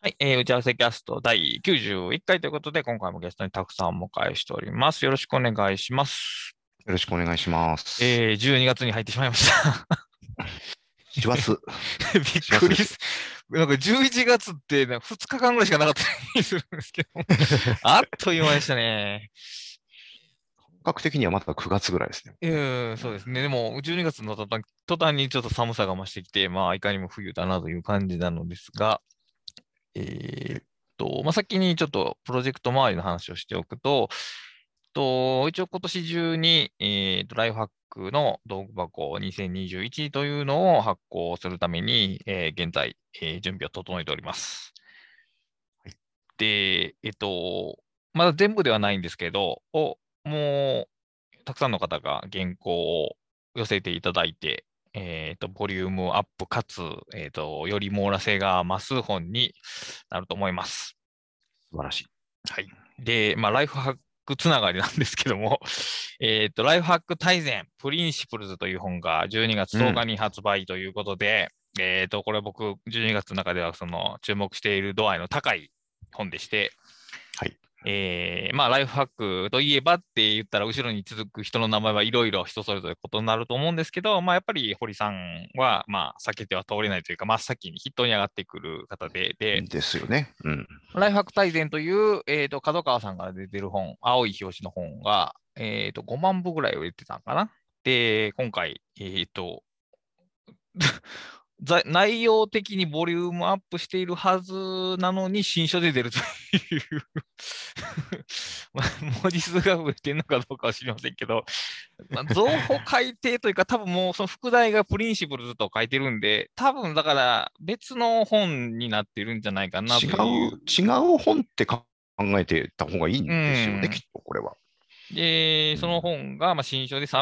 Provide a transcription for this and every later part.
はい、打ち合わせキャスト第91回ということで、今回もゲストにたくさんお迎えしております。よろしくお願いします。 よろしくお願いします。 12月に入ってしまいました。 師走、 びっ師走ですよ。 くりす。なんか11月って2日間ぐらいしかなかった気がするんですけど、あっという間でしたね。 本格的にはまだ9月ぐらいですね。 そうですね。でも、12月の途端にちょっと寒さが増してきて、まあ、いかにも冬だなという感じなのですが、えまあ、先にちょっとプロジェクト周りの話をしておくと、一応今年中に、ライフハックの道具箱2021というのを発行するために、現在、準備を整えております。 はい。 で、まだ全部ではないんですけど、もう、たくさんの方が原稿を寄せていただいて、ボリュームアップかつ、より網羅性が増す本になると思います。 素晴らしい。 はい。で、まあ、ライフハックつながりなんですけども、ライフハック大全、プリンシプルズという本が12月10 うん。 日に発売ということで、これ僕、12月の中ではその注目している度合いの高い本でして、 はい。 まあ、ライフハックといえばって言ったら、後ろに続く人の名前はいろいろ人それぞれ異なると思うんですけど、まあ、やっぱり堀さんは、まあ、避けては通れないというか、真っ先に筆頭に上がってくる方で、 ですよね。うん。 ライフハック大全という、角川さんが出てる本、青い表紙の本が、5万部ぐらい売れてたんかな。で、今回、内容的にボリュームアップしているはずなのに、新書で出るというまあ文字数が増えてるのかどうかは知りませんけど、まあ、情報改定というか、多分もうその副題がプリンシプルズと書いてるんで、多分だから別の本になってるんじゃないかな違という。 違う本って考えてた方がいいうんですよね、きっん。 と、これは。 で、そのうん。 本が、まあ、新書で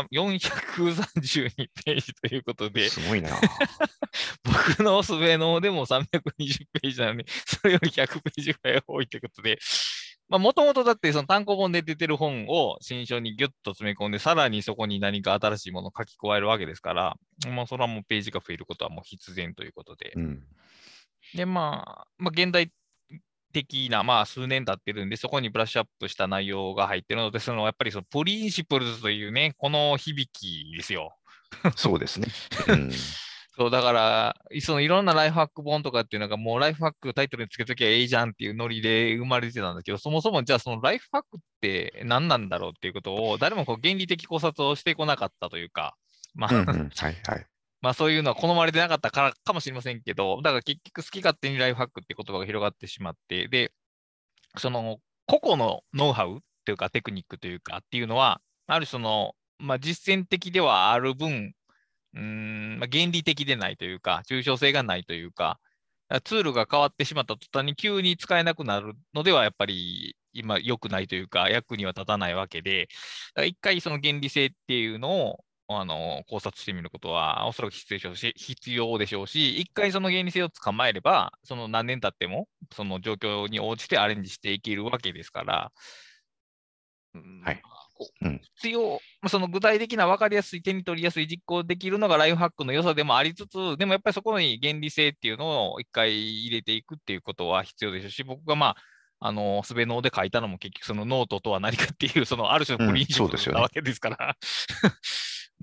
432ページということで、 すごいな。 僕のすべのでも320ページなのに、それより100ページぐらい多いということで、まあ、もともとだってその単行本で出てる本を新書にギュッと詰め込んで、さらにそこに何か新しいものを書き加えるわけですから、まあ、それはもうページが増えることはもう必然ということで。 うん。 で、まあ、現代的な、まあ、数年経ってるんで、そこにブラッシュアップした内容が入ってるので、やっぱりそのプリンシプルズというね、この響きですよ。 そうですね。うん。 そう、だから、そのいろんなライフハック本とかっていうのが、もうライフハックタイトルにつけときゃええじゃんっていうノリで生まれてたんだけど、そもそもじゃあそのライフハックって何なんだろうっていうことを、誰もこう原理的考察をしてこなかったというか、まあ、 うん、うん。はい、はい。 まあそういうのは好まれてなかったからかもしれませんけど、だから結局好き勝手にライフハックって言葉が広がってしまって、で、その個々のノウハウっていうかテクニックというかっていうのは、あるまあ実践的ではある分、まあ、原理的でないというか、抽象性がないというか、ツールが変わってしまった途端に急に使えなくなるのでは、やっぱり今良くないというか、役には立たないわけで、一回その原理性っていうのを、考察してみることは、おそらく必要でしょうし、一回その原理性を捕まえれば、その何年経っても、その状況に応じてアレンジしていけるわけですから、 はい。 こううん。 必要、その具体的な分かりやすい、手に取りやすい、実行できるのがライフハックの良さでもありつつ、でもやっぱりそこに原理性っていうのを一回入れていくっていうことは必要でしょうし、僕がスベノーで書いたのも結局そのノートとは何かっていう、そのある種のプリンうん。 シプルそうですよね。 なわけですからうん。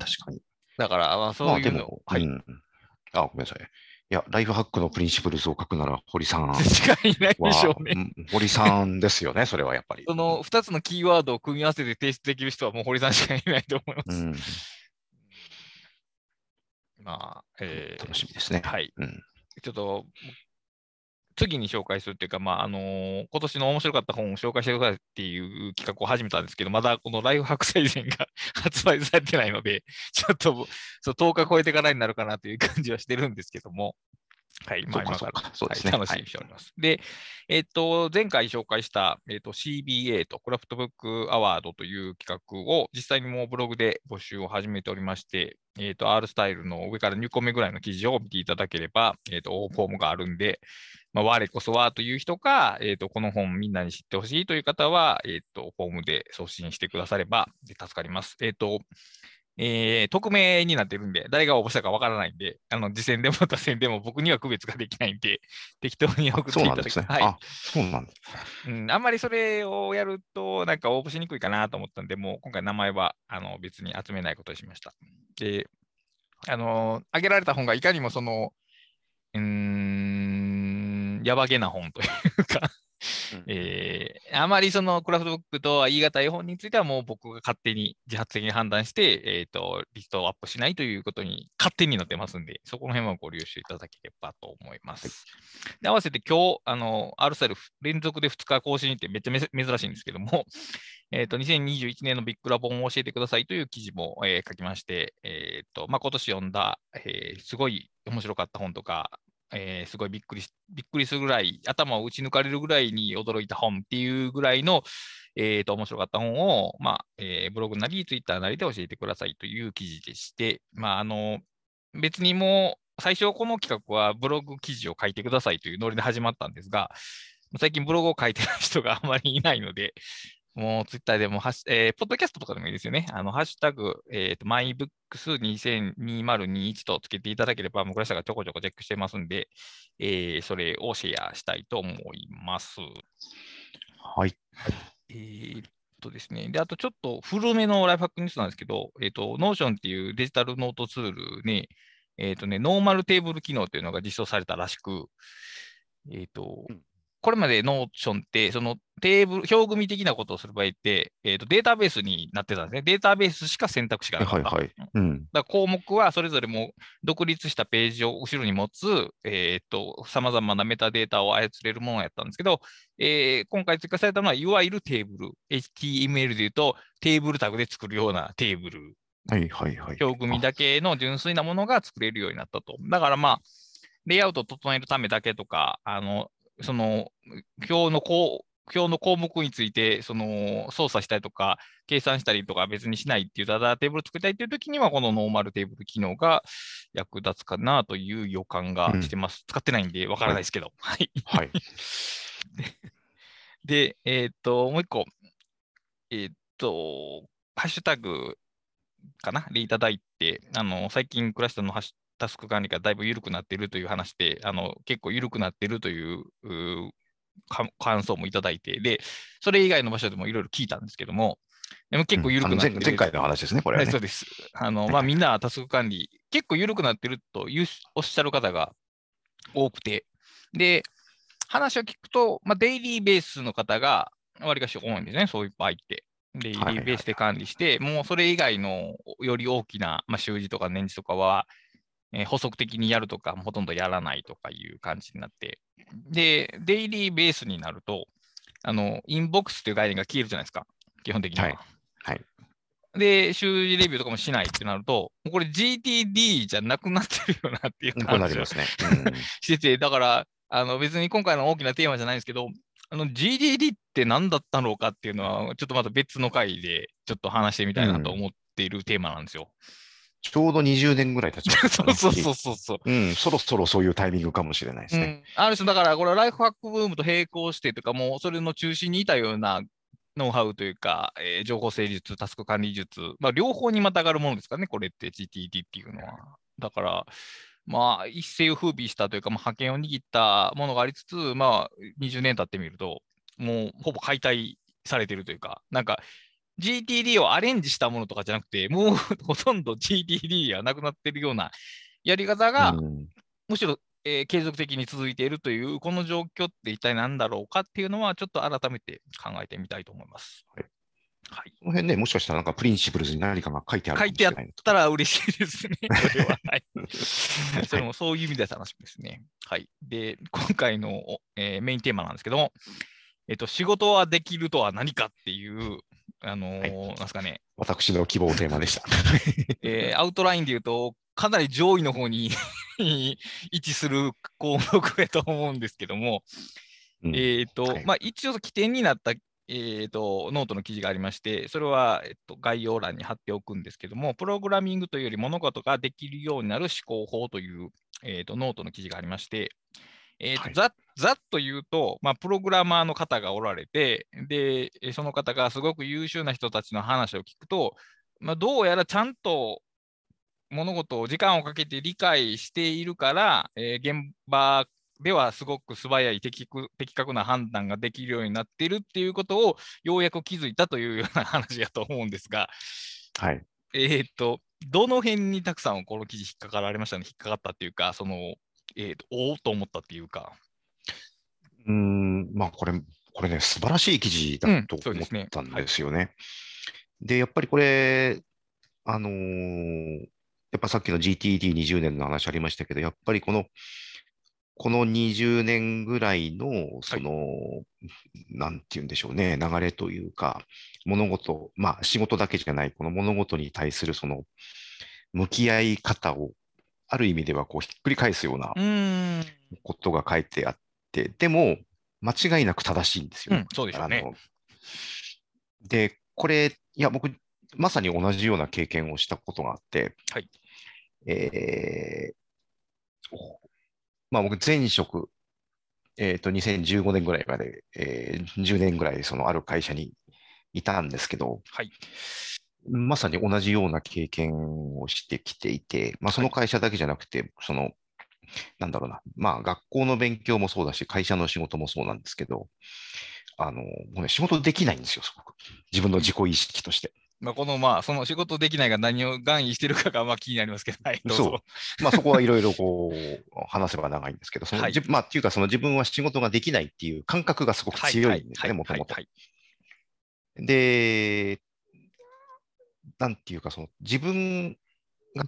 確かに。 だから、まあ、そまあ、 ういうの、 でも、 はい。 うん。あ、ごめんなさい。いや、ライフハックのプリンシプルズを書くなら、堀さん違いないでしょは、 うね。 堀さんですよね、それはやっぱり。 その2つのキーワードを組み合わせて提出できる人はもう堀さんしかいないと思います。 うん。 まあ、 楽しみですね。 はい。 うん。 ちょっと、次に紹介するっていうか、今年の面白かった本を紹介してくださいっていう企画を始めたんですけど、まだこのライフハック最善が発売されてないので、ちょっとそう10日超えてからになるかなという感じはしてるんですけども、はい、まそうあ今から、 かそうか。そうではい、 すね。 楽しみにはい。 しております。で、前回紹介した、CBA とクラフトブックアワードという企画を実際にもうブログで募集を始めておりまして、R スタイルの上から2個目ぐらいの記事を見ていただければ、フォームがあるんで、まあ、我こそはという人か、この本みんなに知ってほしいという方は、フォームで送信してくだされば助かります。 匿名になってるんで、誰が応募したかわからないんで、次戦でも他戦でも僕には区別ができないんで、適当にあ、 送っていただく。 そうなんですね。 はい。 あ、そうなんです。 あんまりそれをやると、なんか応募しにくいかなと思ったんで、もう今回名前は別に集めないことにしました。で、挙げられた本がいかにもやばげな本というかうん。 あまりそのクラフトブックとは言い難い本についてはもう僕が勝手に自発的に判断して、リストをアップしないということに勝手になってますんで、そこの辺はご了承いただければと思いまはい。 す。で、合わせて今日、R スタイル連続で2日更新ってめっちゃ珍しいんですけども、2021年のビッグラボンを教えてくださいという記事も、書きまして、今年読んだ、すごい面白かった本とか、すごいびっくりするぐらい、頭を打ち抜かれるぐらいに驚いた本っていうぐらいの、面白かった本を、ブログなり、ツイッターなりで教えてくださいという記事でして、別にもう、最初この企画はブログ記事を書いてくださいというノリで始まったんですが、最近ブログを書いてる人があまりいないので、もうツイッターでもポッドキャストとかでもいいですよね。ハッシュタグ、マイブックス2021とつけていただければ、僕らがちょこちょこチェックしてますんで、それをシェアしたいと思います。 はい。 えーっですね。で、あとちょっと古めのライフハックニュースなんですけど、ノーションっていうデジタルノートツールに、ノーマルテーブル機能というのが実装されたらしく、えっと、 うん。 これまでノーションって、そのテーブル、表組的なことをする場合って、データベースになってたんですね。データベースしか選択肢がなかった。 はいはい。うん。 だから項目はそれぞれも独立したページを後ろに持つ、様々なメタデータを操れるものやったんですけど、今回追加されたのは、いわゆるテーブル。HTML で言うと、テーブルタグで作るようなテーブル。 はいはいはい。 表組だけの純粋なものが作れるようになったと。だからレイアウトを整えるためだけとか、その、表の項目について、操作したりとか、計算したりとか別にしないっていう、ただテーブル作りたいっていう時には、このノーマルテーブル機能が役立つかなという予感うん。 がしてます。使ってないんでわからはい。 ないですけど。はい。 はい。 で、もう一個、えっと、ハッシュタグかなでいただいて、最近クラスターのタスク管理がだいぶ緩くなっているという話で、結構緩くなっているという感想もいただいて、で、それ以外の場所でもいろいろ聞いたんですけども、でも結構うん。 緩くなってる。 前回の話ですね、これはい、 はね。 そうです。 はいはい。 みんなタスク管理、結構緩くなってるとおっしゃる方が多くて、で、話を聞くと、デイリーベースの方がわりかし多いんですね、そういう場合って。デイはいはいはい。 リーベースで管理して、もうそれ以外のより大きな、習字とか年次とかは、補足的にやるとか、ほとんどやらないとかいう感じになって、で、デイリーベースになると、インボックスという概念が消えるじゃないですか、基本的にはい。 は。 はい。 で、習字レビューとかもしないってなると、もうこれ GTD じゃなくなってるよなっていうこう感じをなりますね。うん。 してて、だから、別に今回の大きなテーマじゃないんですけど、GDD って何だったのかっていうのは、ちょっとまた別の回でちょっと話してみたいなとうん。 思っているテーマなんですよ。 ちょうど20年ぐらい経ちましたからね。 そうそうそうそうそう。 うん。そろそろそういうタイミングかもしれないですね。 うん。ある種、だから、これはライフハックブームと並行してというか、もうそれの中心にいたようなノウハウというか、情報整理術、タスク管理術、両方にまたがるものですからね、これって GTD っていうのは。だから、一世を風靡したというか、覇権を握ったものがありつつ、20年経ってみると、もうほぼ解体されてるというか、なんか GTD をアレンジしたものとかじゃなくて、もうほとんど GTD はなくなってるようなやり方うが、 ん。 むしろ、継続的に続いているという、この状況って一体何だろうかっていうのは、ちょっと改めて考えてみたいと思います。 はい。 はい。 この辺ね、もしかしたらなんかプリンシプルズに何かが書いてあるかも書いてあっしれないのとか。 たら嬉しいですね、それは。はい。はい、そはい。 れもそういう意味で楽しみですね。はい。で、今回の、メインテーマなんですけども、仕事はできるとは何かっていう、 はい。 なんすかね、 私の希望テーマでした。 アウトラインで言うと、かなり上位の方に位置する項目だと思うんですけども、 うん。はい。 一応起点になった、ノートの記事がありまして、それは、概要欄に貼っておくんですけども、プログラミングというより物事ができるようになる思考法という、ノートの記事がありまして、 はい。 ざっと言うと、プログラマーの方がおられて、で、その方がすごく優秀な人たちの話を聞くと、 どうやらちゃんと物事を時間をかけて理解しているから、現場ではすごく素早い的確な判断ができるようになっているっていうことをようやく気づいたというような話だと思うんですが、 はい。 どの辺にたくさんこの記事引っかかられましたね。引っかかったっていうか、おおと思ったっていうか。 まあこれね、素晴らしい記事だうん、 と思っそうですね。 たんはい。 ですよね。で、やっぱりこれ、あのーやっぱさっきの GTD20 年の話ありましたけど、やっぱりこの20年ぐらいの、 はい。 なんて言うんでしょうね、流れというか、物事、まあ仕事だけじゃない、この物事に対する向き合い方を、ある意味ではこうひっくり返すようなうーん。 ことが書いてあって、でも、間違いなく正しいんですよね。 うん、そうでしょうね。 で、これ、いや、僕、まさに同じような経験をしたことがあって、 はい。 えまあ僕、前職、2015年ぐらいまで、10年ぐらい、ある会社にいたんですけど、 はい。 まさに同じような経験をしてきていて、まあそのはい。 会社だけじゃなくて、なんだろうな、まあ学校の勉強もそうだし、会社の仕事もそうなんですけど、もうね、仕事できないんですよ、すごく。自分の自己意識として。 その仕事できないが何を願意してるかが気になりますけど、はい、どうぞ。 そう。まあそこはいろいろ話せば長いんですけど、 はい。 まあっていうか自分は仕事ができないっていう感覚がすごくはい、はい、 強いんですよね、 はい、はい、 もともと。 はい。 で、なんていうか自分が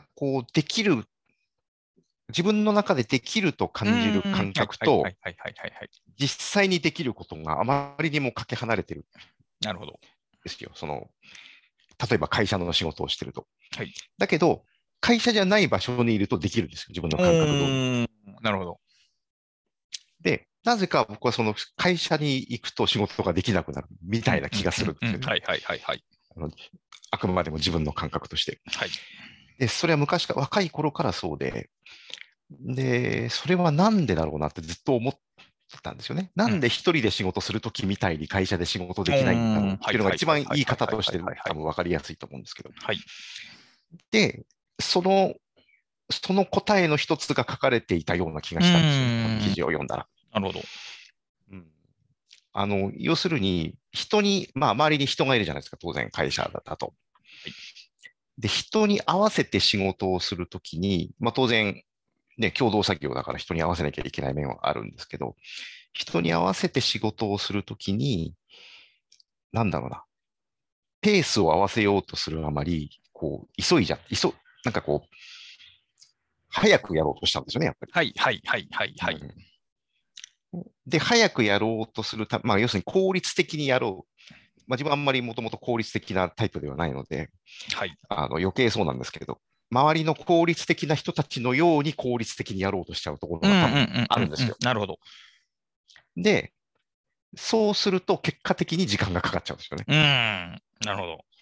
自分の中でできるとうー感じるん、 感はい、はい、は覚と、 い、はい、はい、はい。はい。 実際にできることがあまりにもかけ離れてるんなるほど。 ですよ。例えば会社の仕事をしてると。 はい。 だけど、会社じゃない場所にいるとできるんですよ。自分のお感覚通りに。 ー、なるほど。 で、なぜか僕はその会社に行くと仕事ができなくなるみうん、 たいな気がすうん、うん、うん。 るんですよね。 はい、はい、はい、はい。 あのあくまでも自分の感覚として。 はい。 で、それは若い頃からそうで、それはなんでだろうなってずっと思ってたんですよね。なうん。 んで一人で仕事するときみたいに会社で仕事おできないんだろうー、はい、 っていうのがはい、はい、 一番言いはい、はい、はい、はい、 方としてはい。はい。 多分分かりやすいと思うんですけど。 はい。 で、その、その答えの一つが書かれていたような気がうーしたんですよね。この記ん、 事を読んだら。 なるほど。 うん、要するに、まあ、周りに人がいるじゃないですか、当然、会社だと。 はい。 で、人に合わせて仕事をするときに、まあ、当然、ね、共同作業だから人に合わせなきゃいけない面はあるんですけど、人に合わせて仕事をするときに、なんだろうな、ペースを合わせようとするあまり、急いじゃ、急、なんか早くやろうとしたんですよね、やっぱり。 はい、はい、はい、はい、はい。 で、早くやろうとするまあ、要するに効率的にやろう。まあ、自分はあんまりもともと効率的なタイプではないので、 はい。 余計そうなんですけど、周りの効率的な人たちのように効率的にやろうとしちゃうとこうん、うん、 ろが多分うん、うん。うん。 あるんですよ。 なるほど。 で、そうすると結果的に時間がかかっちゃうんですよね。 うーん、なるほど。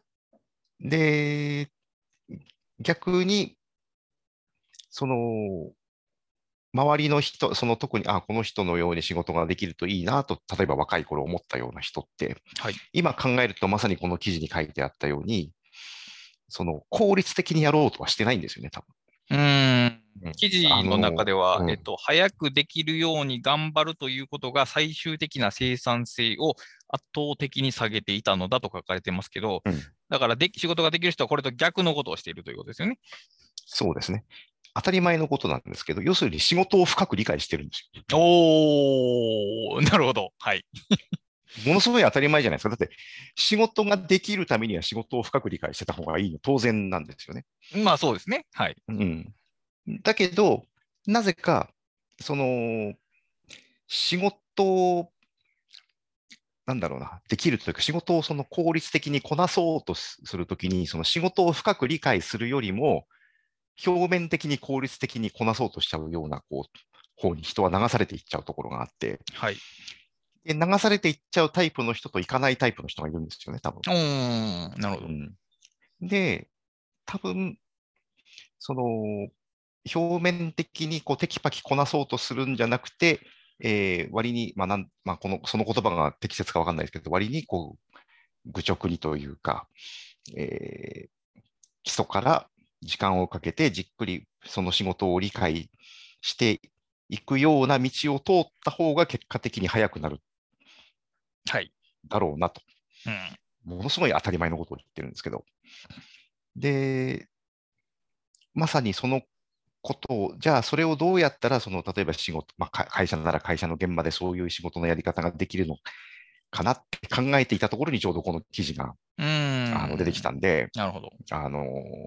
で、逆に、その、周りの人、特に、この人のように仕事ができるといいなと、例えば若い頃思ったような人って、 はい。 今考えるとまさにこの記事に書いてあったように、効率的にやろうとはしてないんですよね、多うーん。 分。うん。 記事の中では、 うん。 早くできるように頑張るということが最終的な生産性を圧倒的に下げていたのだと書かれてますけど、 うん。 だから仕事ができる人はこれと逆のことをしているということですよね。 そうですね。当たり前のことなんですけど、要するに仕事を深く理解してるんですよ。 おー、なるほど。はい。 ものすごい当たり前じゃないですか。だって、仕事ができるためには仕事を深く理解してた方がいいの当然なんですよね。 まあそうですね。はい。 うん。だけど、なぜか、その、仕事を、なんだろうな、できるというか、仕事を効率的にこなそうとするときに、その仕事を深く理解するよりも、表面的に効率的にこなそうとしちゃうような、方に人は流されていっちゃうところがあって、 はい。 で流されていっちゃうタイプの人といかないタイプの人がいるんですよね、多分。 おー、なるほど。 うん、で、多分、その、表面的にテキパキこなそうとするんじゃなくて、割に、まあ、その言葉が適切かわかんないですけど、割に愚直にというか、 え基礎から時間をかけてじっくりその仕事を理解していくような道を通った方が結果的に早くなるはい。 だろうなと、 うん。 ものすごい当たり前のことを言ってるんですけど、で、まさにそのことを、じゃあそれをどうやったら、例えば仕事、会社なら会社の現場でそういう仕事のやり方ができるのかなって考えていたところにちょうどこの記事がうー出てきん。 たんで、 なるほど。 あの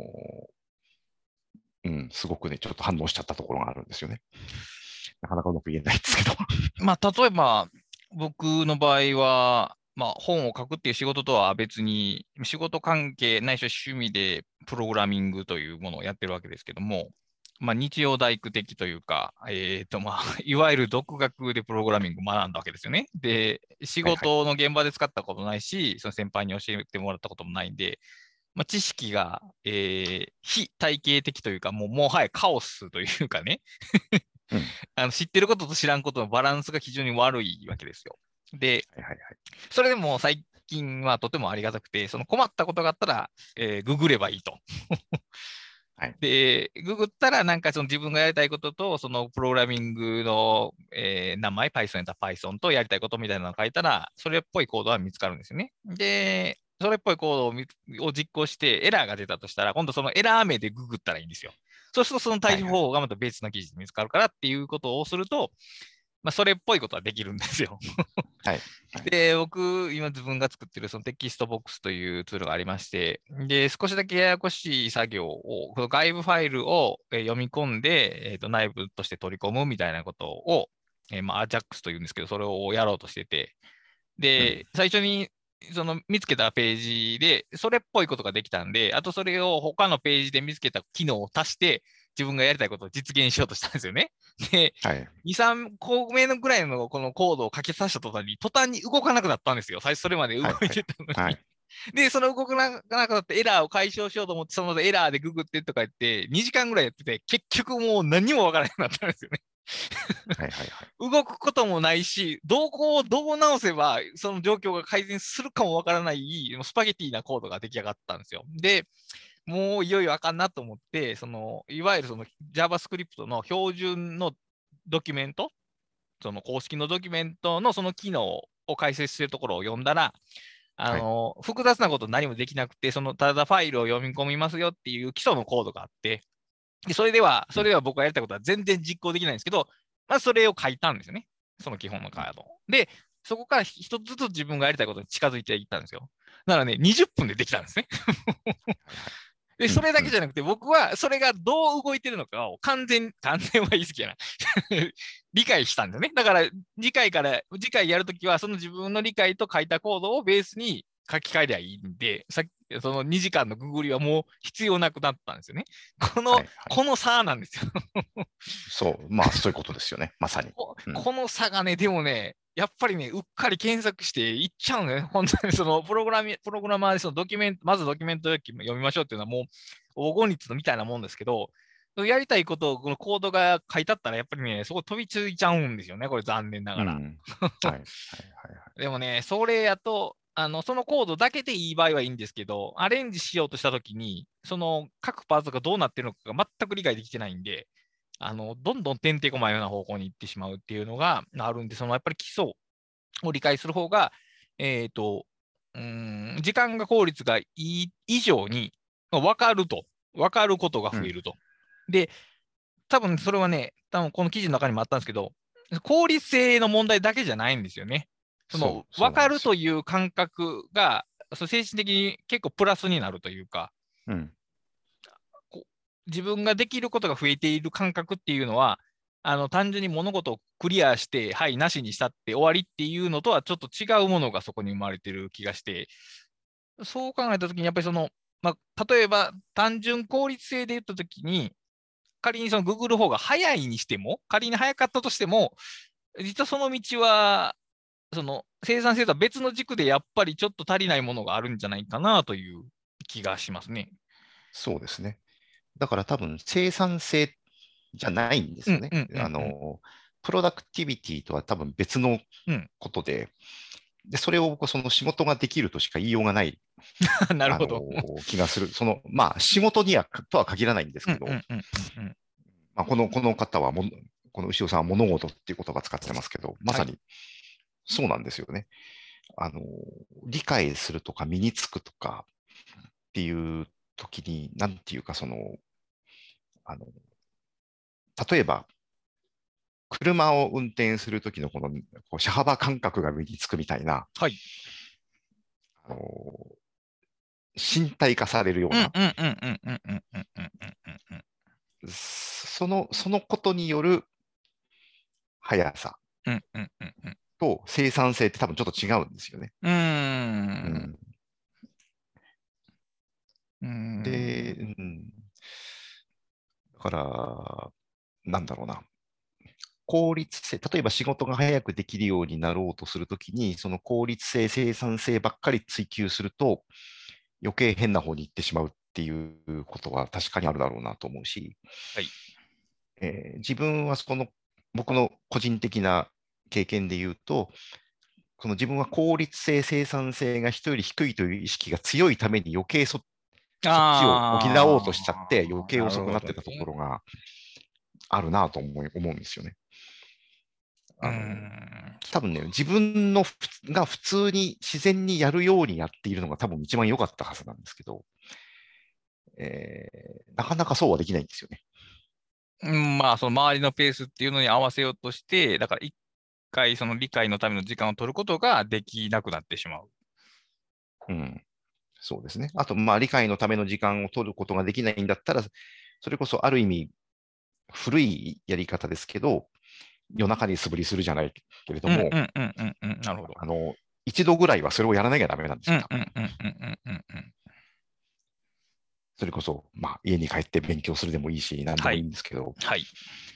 すごくね、ちょっと反応しちゃったところがあるんですよね。なかなかうまく言えないですけど。 まあ、例えば、僕の場合は、まあ、本を書くっていう仕事とは別に、仕事関係ないしは趣味でプログラミングというものをやってるわけですけども、まあ、日曜大工的というか、まあ、いわゆる独学でプログラミングを学んだわけですよね。で、仕はいはい。 事の現場で使ったことないし、その先輩に教えてもらったこともないんで、まあ、知識が、非体系的というか、もはやカオスというかね、 うん。 知ってることと知らんことのバランスが非常に悪いわけですよ。で、 はいはいはい。 それでも最近はとてもありがたくて、その困ったことがあったら、ググればいいと。 はい。 で、ググったら、なんかその自分がやりたいことと、そのプログラミングの、名前、Python やったら Python とやりたいことみたいなのを書いたら、それっぽいコードは見つかるんですよね。で、それっぽいコードを実行してエラーが出たとしたら、今度そのエラー名でググったらいいんですよ。そうするとその対処はいはい。 方法がまた別の記事で見つかるからっていうことをすると、まあ、それっぽいことはできるんですよ。 はい。はい。 で、僕、今自分が作ってるそのテキストボックスというツールがありまして、で、少しだけややこしい作業を、この外部ファイルを読み込んで、内部として取り込むみたいなことを、まあ、AJAX というんですけど、それをやろうとしてて、 うん。 で、最初にその見つけたページで、それっぽいことができたんで、あとそれを他のページで見つけた機能を足して、自分がやりたいことを実現しようとしたんですよね。で、 はい。 2、3個目のぐらいのこのコードを書き足した途端に動かなくなったんですよ。最初それまで動はい。はい。 いてたのに。 はい。 で、その動かなくなってエラーを解消しようと思って、そのエラーでググってとか言って、2時間ぐらいやってて、結局もう何もわからなくなったんですよね。 はい。はい。はい。 動くこともないし、どこをどう直せばその状況が改善するかもわからないスパゲティなコードが出来上がったんですよ。で、もういよいよあかんなと思って、いわゆるその JavaScript の標準のドキュメント、その公式のドキュメントのその機能を解説しているところを読んだら、 はい。 複雑なこと何もできなくて、ただファイルを読み込みますよっていう基礎のコードがあって、でうん。 それでは僕がやりたいことは全然実行できないんですけど、まあ、それを書いたんですよね。その基本のカード。で、そこから一つずつ自分がやりたいことに近づいていったんですよ。だからね、20分でできたんですね。 はい。はい。 で、そうん。うん。 れだけじゃなくて、僕はそれがどう動いてるのかを完全は言い過ぎやな。理解したんだよね。だから、次回やるときは、その自分の理解と書いたコードをベースに書き換えりゃいいんで、その2時間のググりはもう必要なくなったんですよね。 はい。はい。 この差なんですよ。 そう。まあ、そういうことですよね。まさに。うん。 この差がね、でもね、やっぱりね、うっかり検索していっちゃうのね。本当にそのプログラマーでそのドキュメント、まずドキュメント読みましょうっていうのはもう黄金律みたいなもんですけど、やりたいことをこのコードが書いてあったら、やっぱりね、そこ飛びついちゃうんですよね。これ残念ながら。 うん。はい。はい。はい。はい。 でもね、それやと、そのコードだけでいい場合はいいんですけど、アレンジしようとしたときに、その各パーツがどうなってるのかが全く理解できてないんで、どんどんてんてこまいような方向に行ってしまうっていうのがあるんで、やっぱり基礎を理解する方が、えっと、時間が効率がいい以上に、分かると。分かることがうん。 増えると。で、多分それはね、多分この記事の中にもあったんですけど、効率性の問題だけじゃないんですよね。 そう分かるなんですよ。 という感覚が、精神的に結構プラスになるというか、 うん。 こ自分ができることが増えている感覚っていうのは、単純に物事をクリアして、はい、なしにしたって終わりっていうのとはちょっと違うものがそこに生まれてる気がして、そう考えたときに、やっぱりまあ、例えば単純効率性で言ったときに、仮にその Google 方が早いにしても、仮に早かったとしても、実はその道は、生産性とは別の軸でやっぱりちょっと足りないものがあるんじゃないかなという気がしますね。 そうですね。だから多分生産性じゃないんでうん、 すよね。 うん、うん、うん。 プロダクティビティとは多分別のうん、 ことで、 で、それを僕はその仕事ができるとしか言いようがないなるほど。 気がする。まあ、仕事にはとは限らないんですけど、まあ、この方はこの牛尾さんは物事っていう言葉使ってますけど、まさにそうなんですよね。理解するとか身につくとかっていう時に、なんていうか、あの、例えば、車を運転するときのこう車幅感覚が身につくみたいな、 はい。 あの身体化されるような、そのことによる速さと生産性って多分ちょっと違うんですよね。で、だから、なんだろうな。効率性、例えば仕事が早くできるようになろうとするときに、その効率性、生産性ばっかり追求すると、余計変な方に行ってしまうっていうことは確かにあるだろうなと思うし、 はい。 自分は僕の個人的な経験で言うと、自分は効率性、生産性が人より低いという意識が強いために余計そっちを補おうとしちゃって余計遅くなってたところがあるなと思うんですよね。多分ね、自分が普通に自然にやるようにやっているのが多分一番良かったはずなんですけど、なかなかそうはできないんですよね。 まあ、その周りのペースっていうのに合わせようとして、だから一回その理解のための時間を取ることができなくなってしまう。 そうですね。あと、まあ、理解のための時間を取ることができないんだったら、それこそある意味、古いやり方ですけど、夜中に素振りするじゃないけれども、 なるほど。 一度ぐらいはそれをやらなきゃダメなんですよ。それこそ、まあ、家に帰って勉強するでもいいし、何でもいいんですけど、 はい。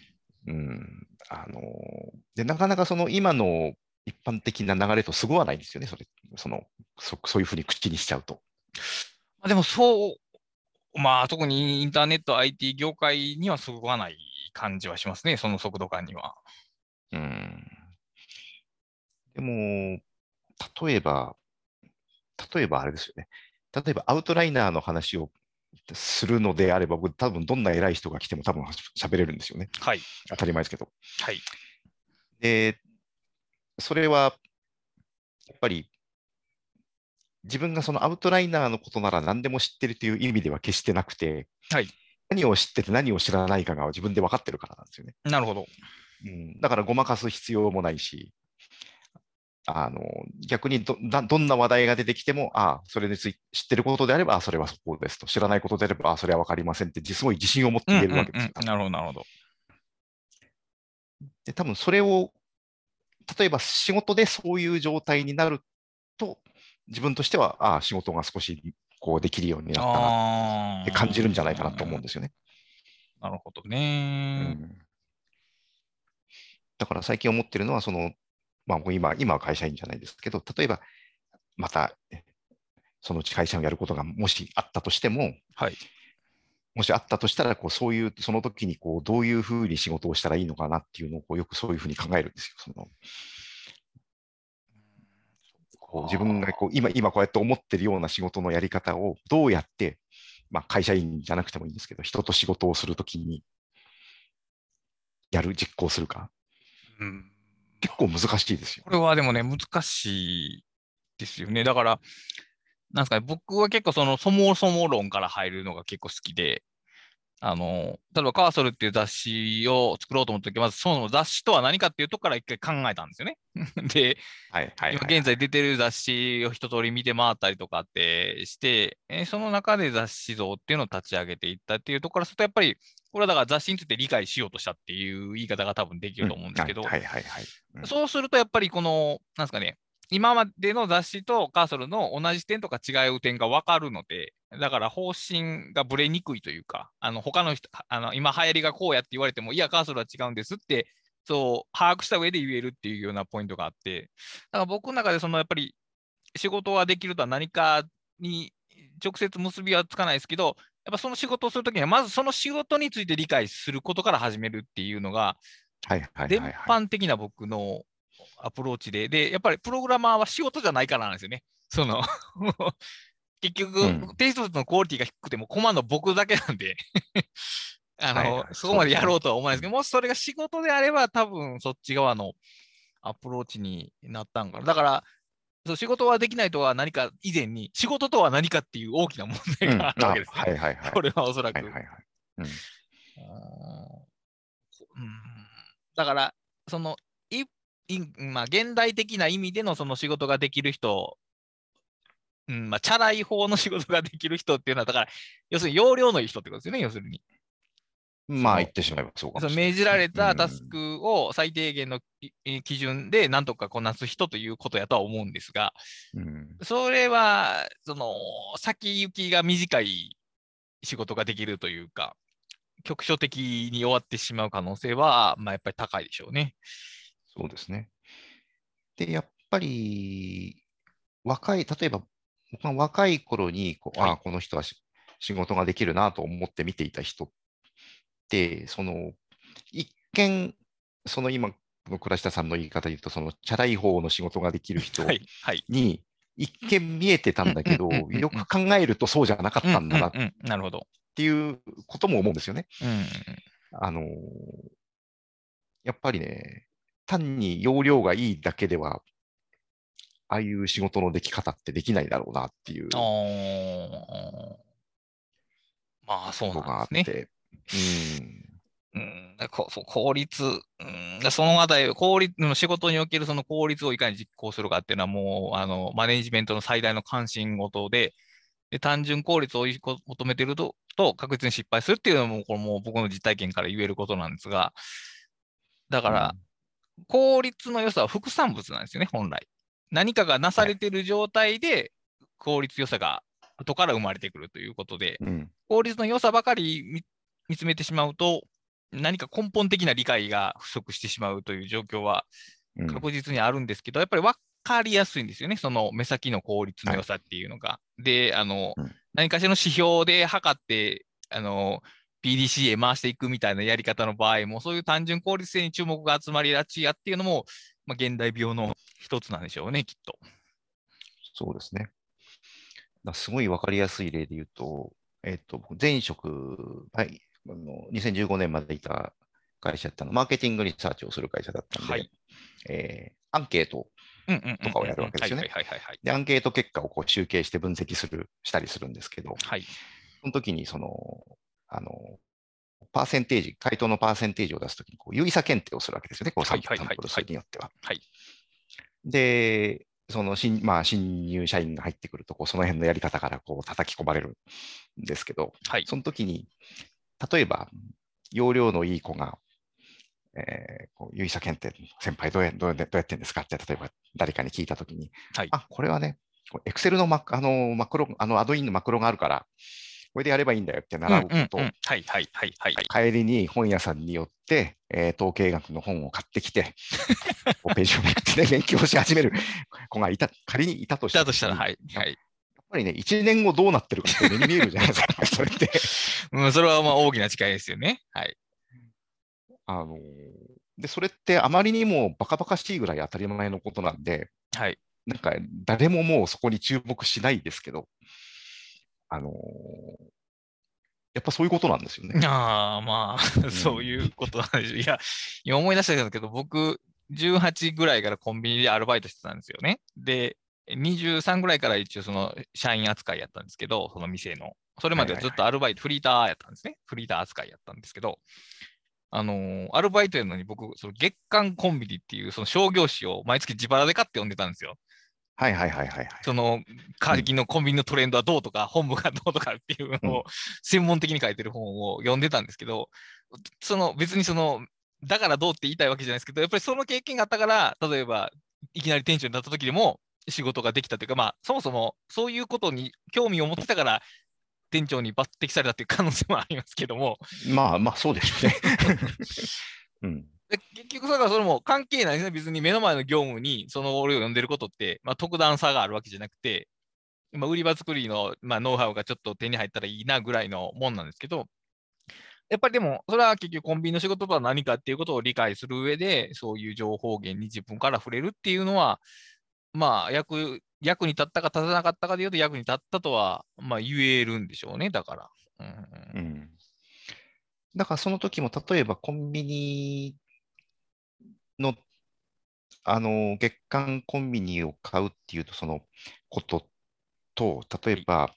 で、なかなか今の一般的な流れとそぐわないんですよね、そういうふうに口にしちゃうと。 でもまあ特にインターネット IT 業界にはそぐわない感じはしますね、その速度感には。 でも、例えば、あれですよね。例えばアウトライナーの話をするのであれば、僕多分どんな偉い人が来ても多分喋れるんですよね。 はい。 当たり前ですけど。 はい。 で、それはやっぱり自分がそのアウトライナーのことなら何でも知ってるという意味では決してなくて、 はい。 何を知ってて何を知らないかが自分で分かってるからなんですよね。 なるほど。 だからごまかす必要もないし、逆にどんな話題が出てきても、それに知ってることであれば、それはそうですと。知らないことであれば、それは分かりませんって、すごい自信を持って言えるわけですよ。 なるほど、なるほど。 で、多分それを、例えば仕事でそういう状態になると、自分としては、仕事が少しこうできるようになったなって感じるんじゃないかなと思うんですよね。 なるほどね。 だから最近思ってるのは、まあ、今は会社員じゃないですけど、例えば、また、そのうち会社をやることがもしあったとしても、 はい。 もしあったとしたら、そういう、その時にどういうふうに仕事をしたらいいのかなっていうのをよくそういうふうに考えるんですよ。自分が今こうやって思ってるような仕事のやり方をどうやって、まあ、会社員じゃなくてもいいんですけど、人と仕事をするときに実行するか。結構難しいですよ。 これはでもね、難しいですよね。だから、なんですかね、僕は結構そもそも論から入るのが結構好きで、例えばカーソルっていう雑誌を作ろうと思った時、まずその雑誌とは何かっていうところから一回考えたんですよね。で、今現在出てる雑誌を一通り見て回ったりとかってして、その中で雑誌像っていうのを立ち上げていったっていうところからすると、やっぱり、これはだから雑誌について理解しようとしたっていう言い方が多分できると思うんですけど、そうするとやっぱりなんですかね、今までの雑誌とカーソルの同じ点とか違う点が分かるので、だから方針がぶれにくいというか、他の人、今流行りがこうやって言われても、いや、カーソルは違うんですって、そう、把握した上で言えるっていうようなポイントがあって、だから僕の中でやっぱり仕事はできるとは何かに直接結びはつかないですけど、やっぱその仕事をするときには、まずその仕事について理解することから始めるっていうのが、全般的な僕のアプローチで、やっぱりプログラマーは仕事じゃないからなんですよね。結局、提出物のクオリティが低くても困るの僕だけなんではいはい、 そこまでやろそうですよね。 うとは思わないですけど、もしそれが仕事であれば、多分そっち側のアプローチになったんかな。だから、そう仕事はできないとは何か以前に、仕事とは何かっていう大きな問題があるわけですね。 はいはいはい。 これはおそらく。 はいはいはい。うん。 あーうん、だから、その、いいまあ、現代的な意味でのその仕事ができる人、チャラい方の仕事ができる人っていうのは、だから、要するに容量のいい人ってことですよね、要するに。そまあ言の、 ってしまえばそうかそのもしれ命じられないですね。うたタスん。 クを最低限の基準で何とかこなす人ということやとは思うんですが、 うん。 それは、先行きが短い仕事ができるというか、局所的に終わってしまう可能性は、やっぱり高いでしょうね。 そうですね。で、やっぱり、例えば、僕が若い頃にはい。 この人は仕事ができるなと思って見ていた人って、一見、今の倉下さんの言い方で言うと、チャラい方の仕事ができる人はい。はい。 に、一見見えてたうんうんんだけど、 うんうんうん。 よく考えるとそうじゃなかっうんたんだなっうんうん。なるほど。 ていうことも思うんですよね。 うん。 あの、やっぱりね、単に容量がいいだけでは、ああいう仕事のでき方ってできないだろうなっていあうー、まあ、そうところなんですね。 があって、うん、 そう効率、そのあたり、効率の仕事におけるその効率をいかに実行するかっていうのはもう、マネジメントの最大の関心事で、単純効率を求めていると確実に失敗するっていうのも、これもう僕の実体験から言えることなんですが、だから、 うん、 効率の良さは副産物なんですよね、本来。何かがなさはい、 れている状態で、効率良さが後から生まれてくるということで、 うん、 効率の良さばかり見つめてしまうと、何か根本的な理解が不足してしまうという状況はうん、 確実にあるんですけど、やっぱり分かりやすいんですよね、その目先の効率のはい、 良さっていうのが。で、 うん、 何かしらの指標で測って、PDCA 回していくみたいなやり方の場合も、そういう単純効率性に注目が集まりがちやっていうのも、現代病の一つなんでしょうね、きっと。 そうですね。すごいわかりやすい例で言うと、僕前職、はい、2015年までいた会社だったの、マーケティングリサーチをする会社だったんで、 はい。 アンケートうんうんうんとかをやるうんうん。はいはいわけですよね。 はいはいはい。 で、アンケート結果を集計して分析したりするんですけど、 はいその時にあの、パーセンテージ、回答のパーセンテージを出すときに、有意差検定をするわけですよね、 はいはいサンプルはいはい。 数によっては。 はい。 で、新入社員が入ってくると、その辺のやり方から叩き込まれるんですけど、 はい。 その時に、例えば、容量のいい子が、有意差検定、先輩どうやってんですかって、例えば誰かに聞いたときに、 はい。 あ、これはね、エクセルのマクロ、アドインのマクロがあるから、これでやればいいんだよってうん習うと、 うんうん。はいはいはいはい。 帰りに本屋さんによって、統計学の本を買ってきて、ページをめくってね、勉強し始める子が仮にいたとしたときに、 だとしたら、はいはい。 やっぱりね、1年後どうなってるかって目に見えるじゃないですか、それって。 それは大きな違いですよね。はい。 あのそれってあまりにもバカバカしいぐらい当たり前のことなんで、 はい。 なんか誰ももうそこに注目しないですけど、あのやっぱそういうことなんですよね。 ああ、 うそうん。 いうことなんですよ。いや、今思い出したんですけど、僕、18ぐらいからコンビニでアルバイトしてたんですよね。で、23ぐらいから一応その社員扱いやったんですけど、その店の。それまではずっはいはいはい。 とアルバイト、フリーターやったんですね。フリーター扱いやったんですけど、アルバイトやのに僕、その月間コンビニっていうその商業誌を毎月自腹で買って読んでたんですよ。 はいはいはいはいはい。 その、 うん。 最近のコンビニのトレンドはどうとか、本部がどうとかっていうのをうん。 専門的に書いてる本を読んでたんですけど、別にだからどうって言いたいわけじゃないですけど、やっぱりその経験があったから、例えば、いきなり店長になった時でも仕事ができたというか、そもそもそういうことに興味を持ってたから、店長に抜擢されたっていう可能性もありますけども、 まあまあ、そうでしょうね。うん。 で結局、それも関係ないですね。別に目の前の業務に、その俺を呼んでることって、特段差があるわけじゃなくて、売り場作りの、ノウハウがちょっと手に入ったらいいなぐらいのもんなんですけど、 やっぱりでも、それは結局コンビニの仕事とは何かっていうことを理解する上で、そういう情報源に自分から触れるっていうのは、まあ、役に立ったか立たなかったかでいうと、役に立ったとは、まあ、言えるんでしょうね、だから。 うん。だからその時も、例えばコンビニの、月間コンビニを買うっていうと、そのことと、例えはい。 ば、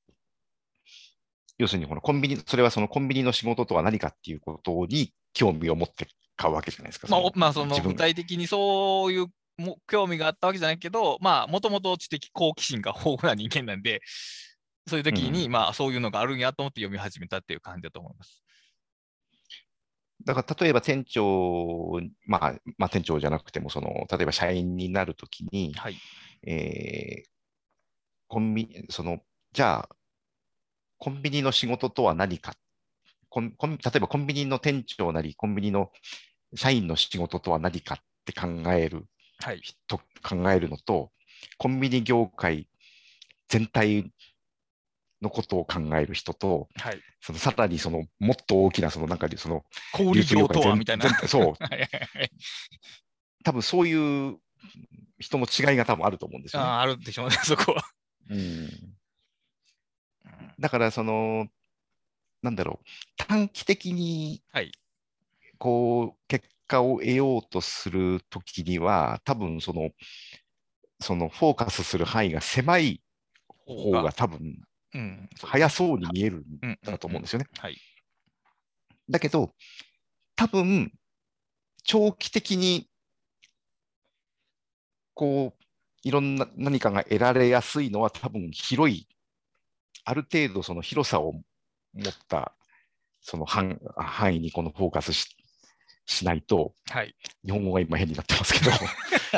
要するにこのコンビニ、それはそのコンビニの仕事とは何かっていうことに興味を持って買うわけじゃないですか。 まあ、 そのまあ、その具自分、 体的にそういう興味があったわけじゃないけど、まあ、もともと知的好奇心が豊富な人間なんで、そういう時に、 うん。 まあ、そういうのがあるんやと思って読み始めたっていう感じだと思います。 だから例えば店長、まあ店長じゃなくても、例えば社員になるときに、 はい。 えーコンビ、じゃあ、コンビニの仕事とは何か、例えばコンビニの店長なり、コンビニの社員の仕事とは何かってはい。 考えるのと、コンビニ業界全体のことを考える人と、 はい。 さらにもっと大きななんか小売業流通業界とはみたいな。 そう、 はいはいはい。 多分そういう人の違いが多分あると思うんですよね。 あるでしょうね、そこは。 うん。 うん。 だからなんだろう、短期的にはい。 結果を得ようとするときには、多分フォーカスする範囲が狭い方方が、 が多分うん、そうですね。 早そうに見えるんうんうんだとうん。 思うんですよね。 はい。 だけど、多分長期的にいろんな何かが得られやすいのは多分ある程度その広さを持った範囲にフォーカスしないと、 はい。 日本語が今変になってますけど、 はい。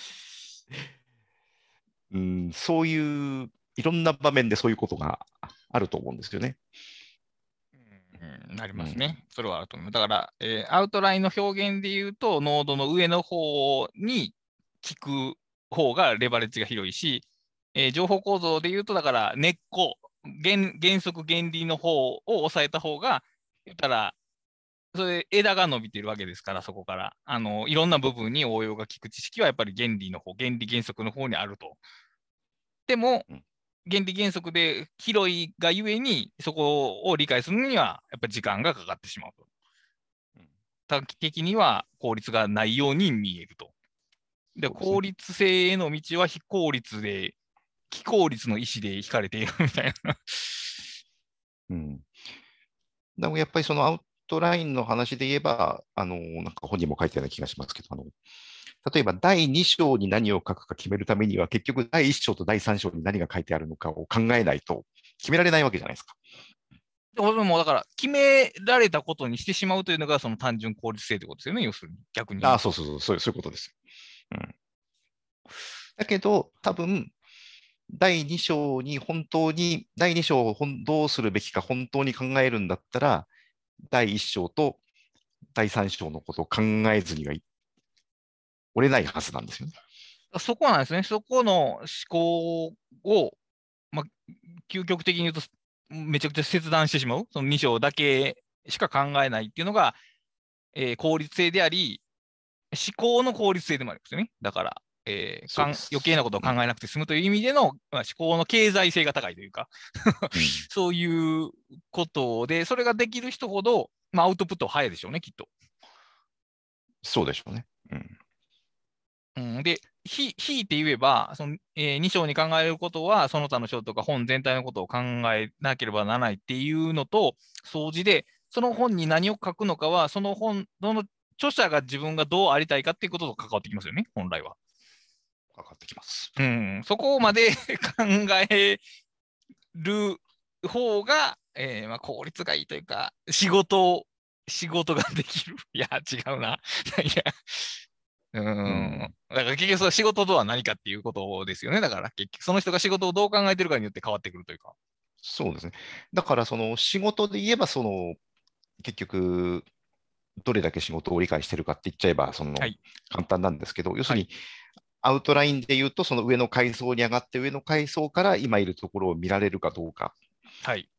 うん、そういういろんな場面でそういうことがあると思うんですよね。 うん、なりうん、 ますね。それはあると思う。だから、アウトラインの表現で言うと、ノードの上の方に聞く方がレバレッジが広いし、情報構造で言うと、だから根っこ、原則原理の方を抑えた方が、言ったら、それ枝が伸びているわけですから、そこから。いろんな部分に応用が効く知識はやっぱり原理の方、原理原則の方にあると。でも、 うん、 原理原則で広いがゆえに、そこを理解するには、やっぱり時間がかかってしまうと。 うん、 短期的には効率がないように見えると。で、 そうですね。 効率性への道は非効率で、非効率の意思で引かれているみたいな。 うん、でもやっぱりそのアウトラインの話で言えば、なんか本にも書いてあるような気がしますけど、例えば第2章に何を書くか決めるためには、結局第1章と第3章に何が書いてあるのかを考えないと決められないわけじゃないですか。 でもだから、決められたことにしてしまうというのが、その単純効率性ということですよね、要するに、逆に言ああ、 うと。 そういうことです。うん、だけど、多分、第2章に本当に、第2章をどうするべきか本当に考えるんだったら、第1章と第3章のことを考えずには折れないはずなんですよね。 そこなんですね。そこの思考を、まあ、究極的に言うと、めちゃくちゃ切断してしまう。その2章だけしか考えないっていうのが、効率性であり、思考の効率性でもありますよね。だから、 そうで余計なす。 ことを考えうん。 なくて済むという意味での、まあ、思考の経済性が高いというかうん。 そういうことで、それができる人ほど、まあ、アウトプットは早いでしょうね、きっと。 そうでしょうね。うん。 うん、で、ひいて言えば、その、2章に考えることは、その他の章とか本全体のことを考えなければならないっていうのと、相似で、その本に何を書くのかは、その著者が自分がどうありたいかっていうことと関わってきますよね、本来は。 かかってきます。 うん、そこまで考える方が、まあ、効率がいいというか、仕事ができる。いや、違うな。いや、 うん。 だから結局その仕事とは何かっていうことですよね。だから結局その人が仕事をどう考えてるかによって変わってくるというか。 そうですね。だから、仕事で言えば、結局、どれだけ仕事を理解しているかって言っちゃえば、 はい。 簡単なんですけど、要すはい。 るに、アウトラインで言うと、その上の階層に上がって、上の階層から今いるところを見られるかどうか。 はい。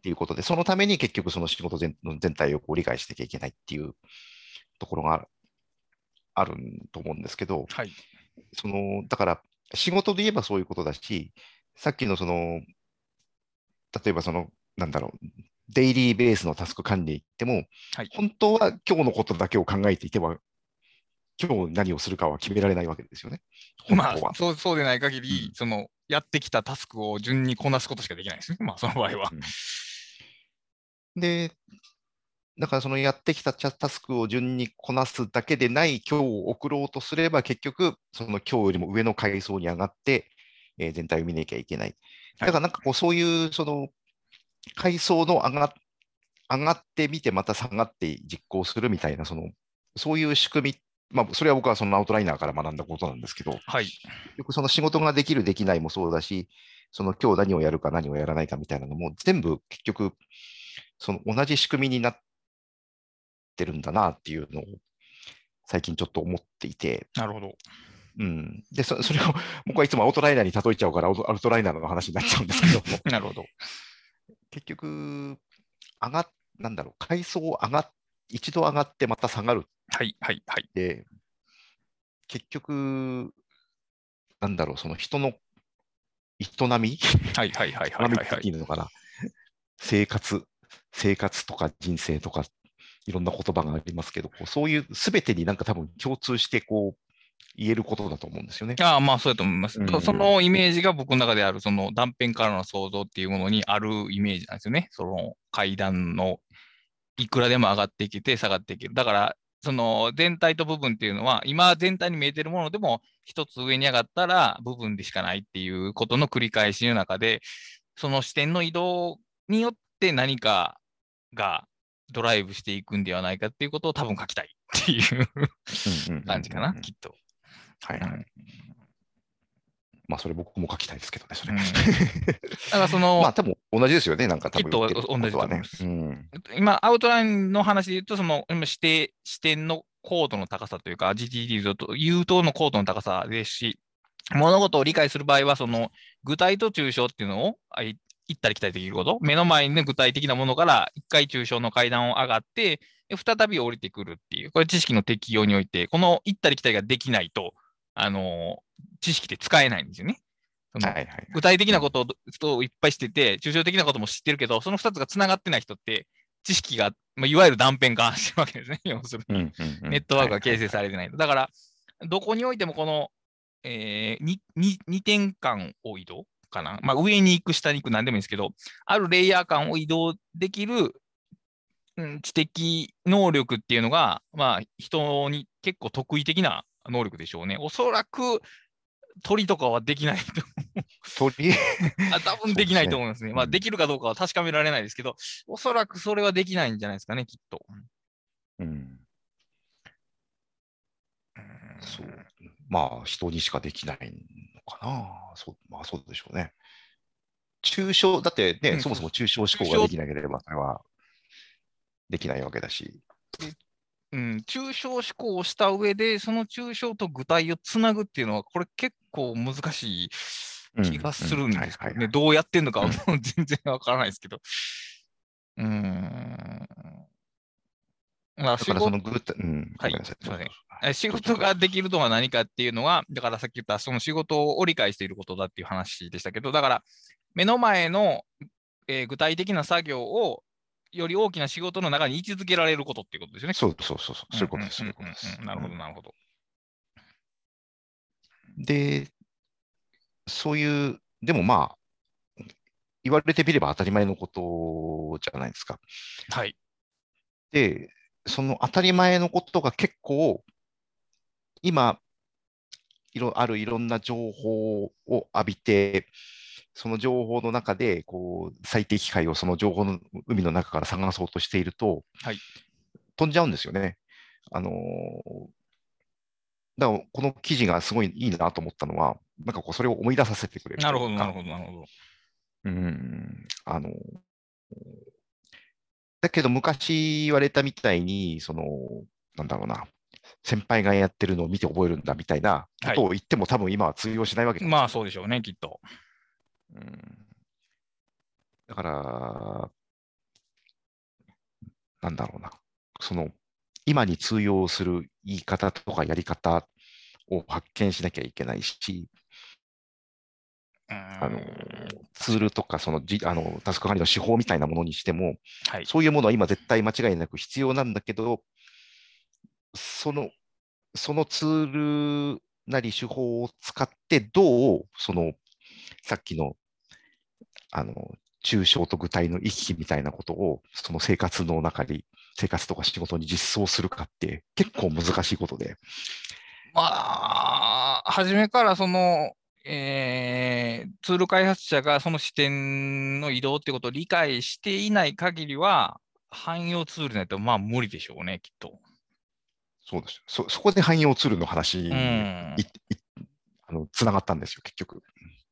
っていうことで、そのために結局その仕事全体をこう理解していけないっていうところがあると思うんですけど、 はい。 だから仕事で言えばそういうことだし、さっきの例えばなんだろう、デイリーベースのタスク管理っても、 はい。 本当は今日のことだけを考えていては、今日何をするかは決められないわけですよね、本まあ、 当は。 そうでない限り、 うんやってきたタスクを順にこなすことしかできないですね。まあ、その場合は。 うんで、だからそのやってきたタスクを順にこなすだけでない今日を送ろうとすれば、結局、その今日よりも上の階層に上がって、全体を見なきゃいけない。 はい。 だからなんかこう、そういうその階層の上がってみて、また下がって実行するみたいな、そういう仕組み、まあ、それは僕はそのアウトライナーから学んだことなんですけど、 はい。 結局その仕事ができる、できないもそうだし、その今日何をやるか何をやらないかみたいなのも、全部結局、その同じ仕組みになってるんだなっていうのを最近ちょっと思っていて、 なるほど。 うん。で、それを僕はいつもアウトライナーに例えちゃうから、アウトライナーの話になっちゃうんですけど、 なるほど。 結局、上がっ、なんだろう、階層を一度上がってまた下がるっはい。はい。はい。 て、結局、なんだろう、その人の営みはい。はい。はい。はい。はい。 営みって言っはい。 ていいのかな、生活、生活とか人生とか、いろんな言葉がありますけど、そういうすべてになんか多分共通して言えることだと思うんですよね。 ああ、まあ、そうだと思います。 うん。 そのイメージが僕の中である、その断片からの想像っていうものにあるイメージなんですよね。その階段のいくらでも上がっていけて下がっていける。だから、その全体と部分っていうのは、今全体に見えてるものでも、一つ上に上がったら部分でしかないっていうことの繰り返しの中で、その視点の移動によって何かがドライブしていくんではないかっていうことを多分書きたいっていううんうんうんうん感じかな、 うん。 きっと。 はいはい。 うん。 まあ、それ僕も書きたいですけどね、それ。 うん。だからまあ、多分同じですよね、なんか多きっと分言ってる同ことはね。うじだと思います。 ん。 今、アウトラインの話で言うと、今視点の高度の高さというか、GTD というとの高度の高さですし、物事を理解する場合は、具体と抽象っていうのを行ったり来たりできること、目の前に具体的なものから一回抽象の階段を上がって、再び降りてくるっていう、これ知識の適用において、この行ったり来たりができないと、知識って使えないんですよね。 はいはいはい。 具体的うん。 なことをいっぱいしてて、抽象的なことも知ってるけど、その2つがつながってない人って、知識が、いわゆる断片化してるわけですね。要するに。 うんうんうん。 ネットワーはいクが形成はいはい。 されてないと。だから、どこにおいてもこの、2点間を移動かな。まあ、上に行く、下に行く、なんでもいいんですけど、あるレイヤー間を移動できる、知的能力っていうのが、まあ、人に結構得意的な能力でしょうね。おそらく鳥とかはできないと。 鳥、 多分できないそうですね。 と思いますね。まあ、でうん。 きるかどうかは確かめられないですけど、おそらくそれはできないんじゃないですかね、きっと。 うん。 うーそう。 ん。 まあ、人にしかできないのかな。そう、まあ、そうでしょうね。抽象、だってね、そもそも抽象思考がで抽象きなければ、それはできないわけだし。 で、抽象思考をした上で、その抽象と具体をつなぐっていうのは、これ結構難しいうん、 気がすうん。 るんですけどね。 はいはいはい。 どうやってんのかはもうん。 う全然わからないですけど。うーん。まあ、 だからそのグータ、うん、 はい、 ごめんなさい。どうぞすみません。仕事どうぞどうぞ。 ができるとは何かっていうのは、だからさっき言ったその仕事を理解していることだっていう話でしたけど、だから目の前の、具体的な作業をより大きな仕事の中に位置づけられることっていうことですよね、きっそうと。 そうそうそう、 うんうんそういうことです、そういううんうことです。 んうん。なるほど、 うん、 なるほど。 で、そういう、でもまあ、言われてみれば当たり前のことじゃないですか。 はい。 で、その当たり前のことが結構、今、いろんな情報を浴びて、その情報の中で、最適解をその情報の海の中から探そうとしていると、 はい。 飛んじゃうんですよね。あのだから、この記事がすごいいいなと思ったのは、なんかそれを思い出させてくれるなるほど、なるというか、 ほど、なるほど。 だけど昔言われたみたいに、なんだろうな、先輩がやってるのを見て覚えるんだみたいなこはい。 とを言っても多分今は通用しないわけなんでまあ、 すよ。 そうでしょうね、きっと。 うん、だから、 なんだろうな、その、今に通用する言い方とかやり方を発見しなきゃいけないし、 うーあの、 ん、 ツールとか、そのじ、あの、タスク管理の手法みたいなものにしても、 はい。 そういうものは今絶対間違いなく必要なんだけど、その、そのツールなり手法を使って、どう、さっきの、あの、抽象と具体の行き来みたいなことを、その生活の中に、生活とか仕事に実装するかって結構難しいことで。 まあ、初めからツール開発者がその視点の移動ってことを理解していない限りは、汎用ツールないとまあ無理でしょうね、きっと。 そうです。そこで汎用ツールの話うにん。 つながったんですよ、結局。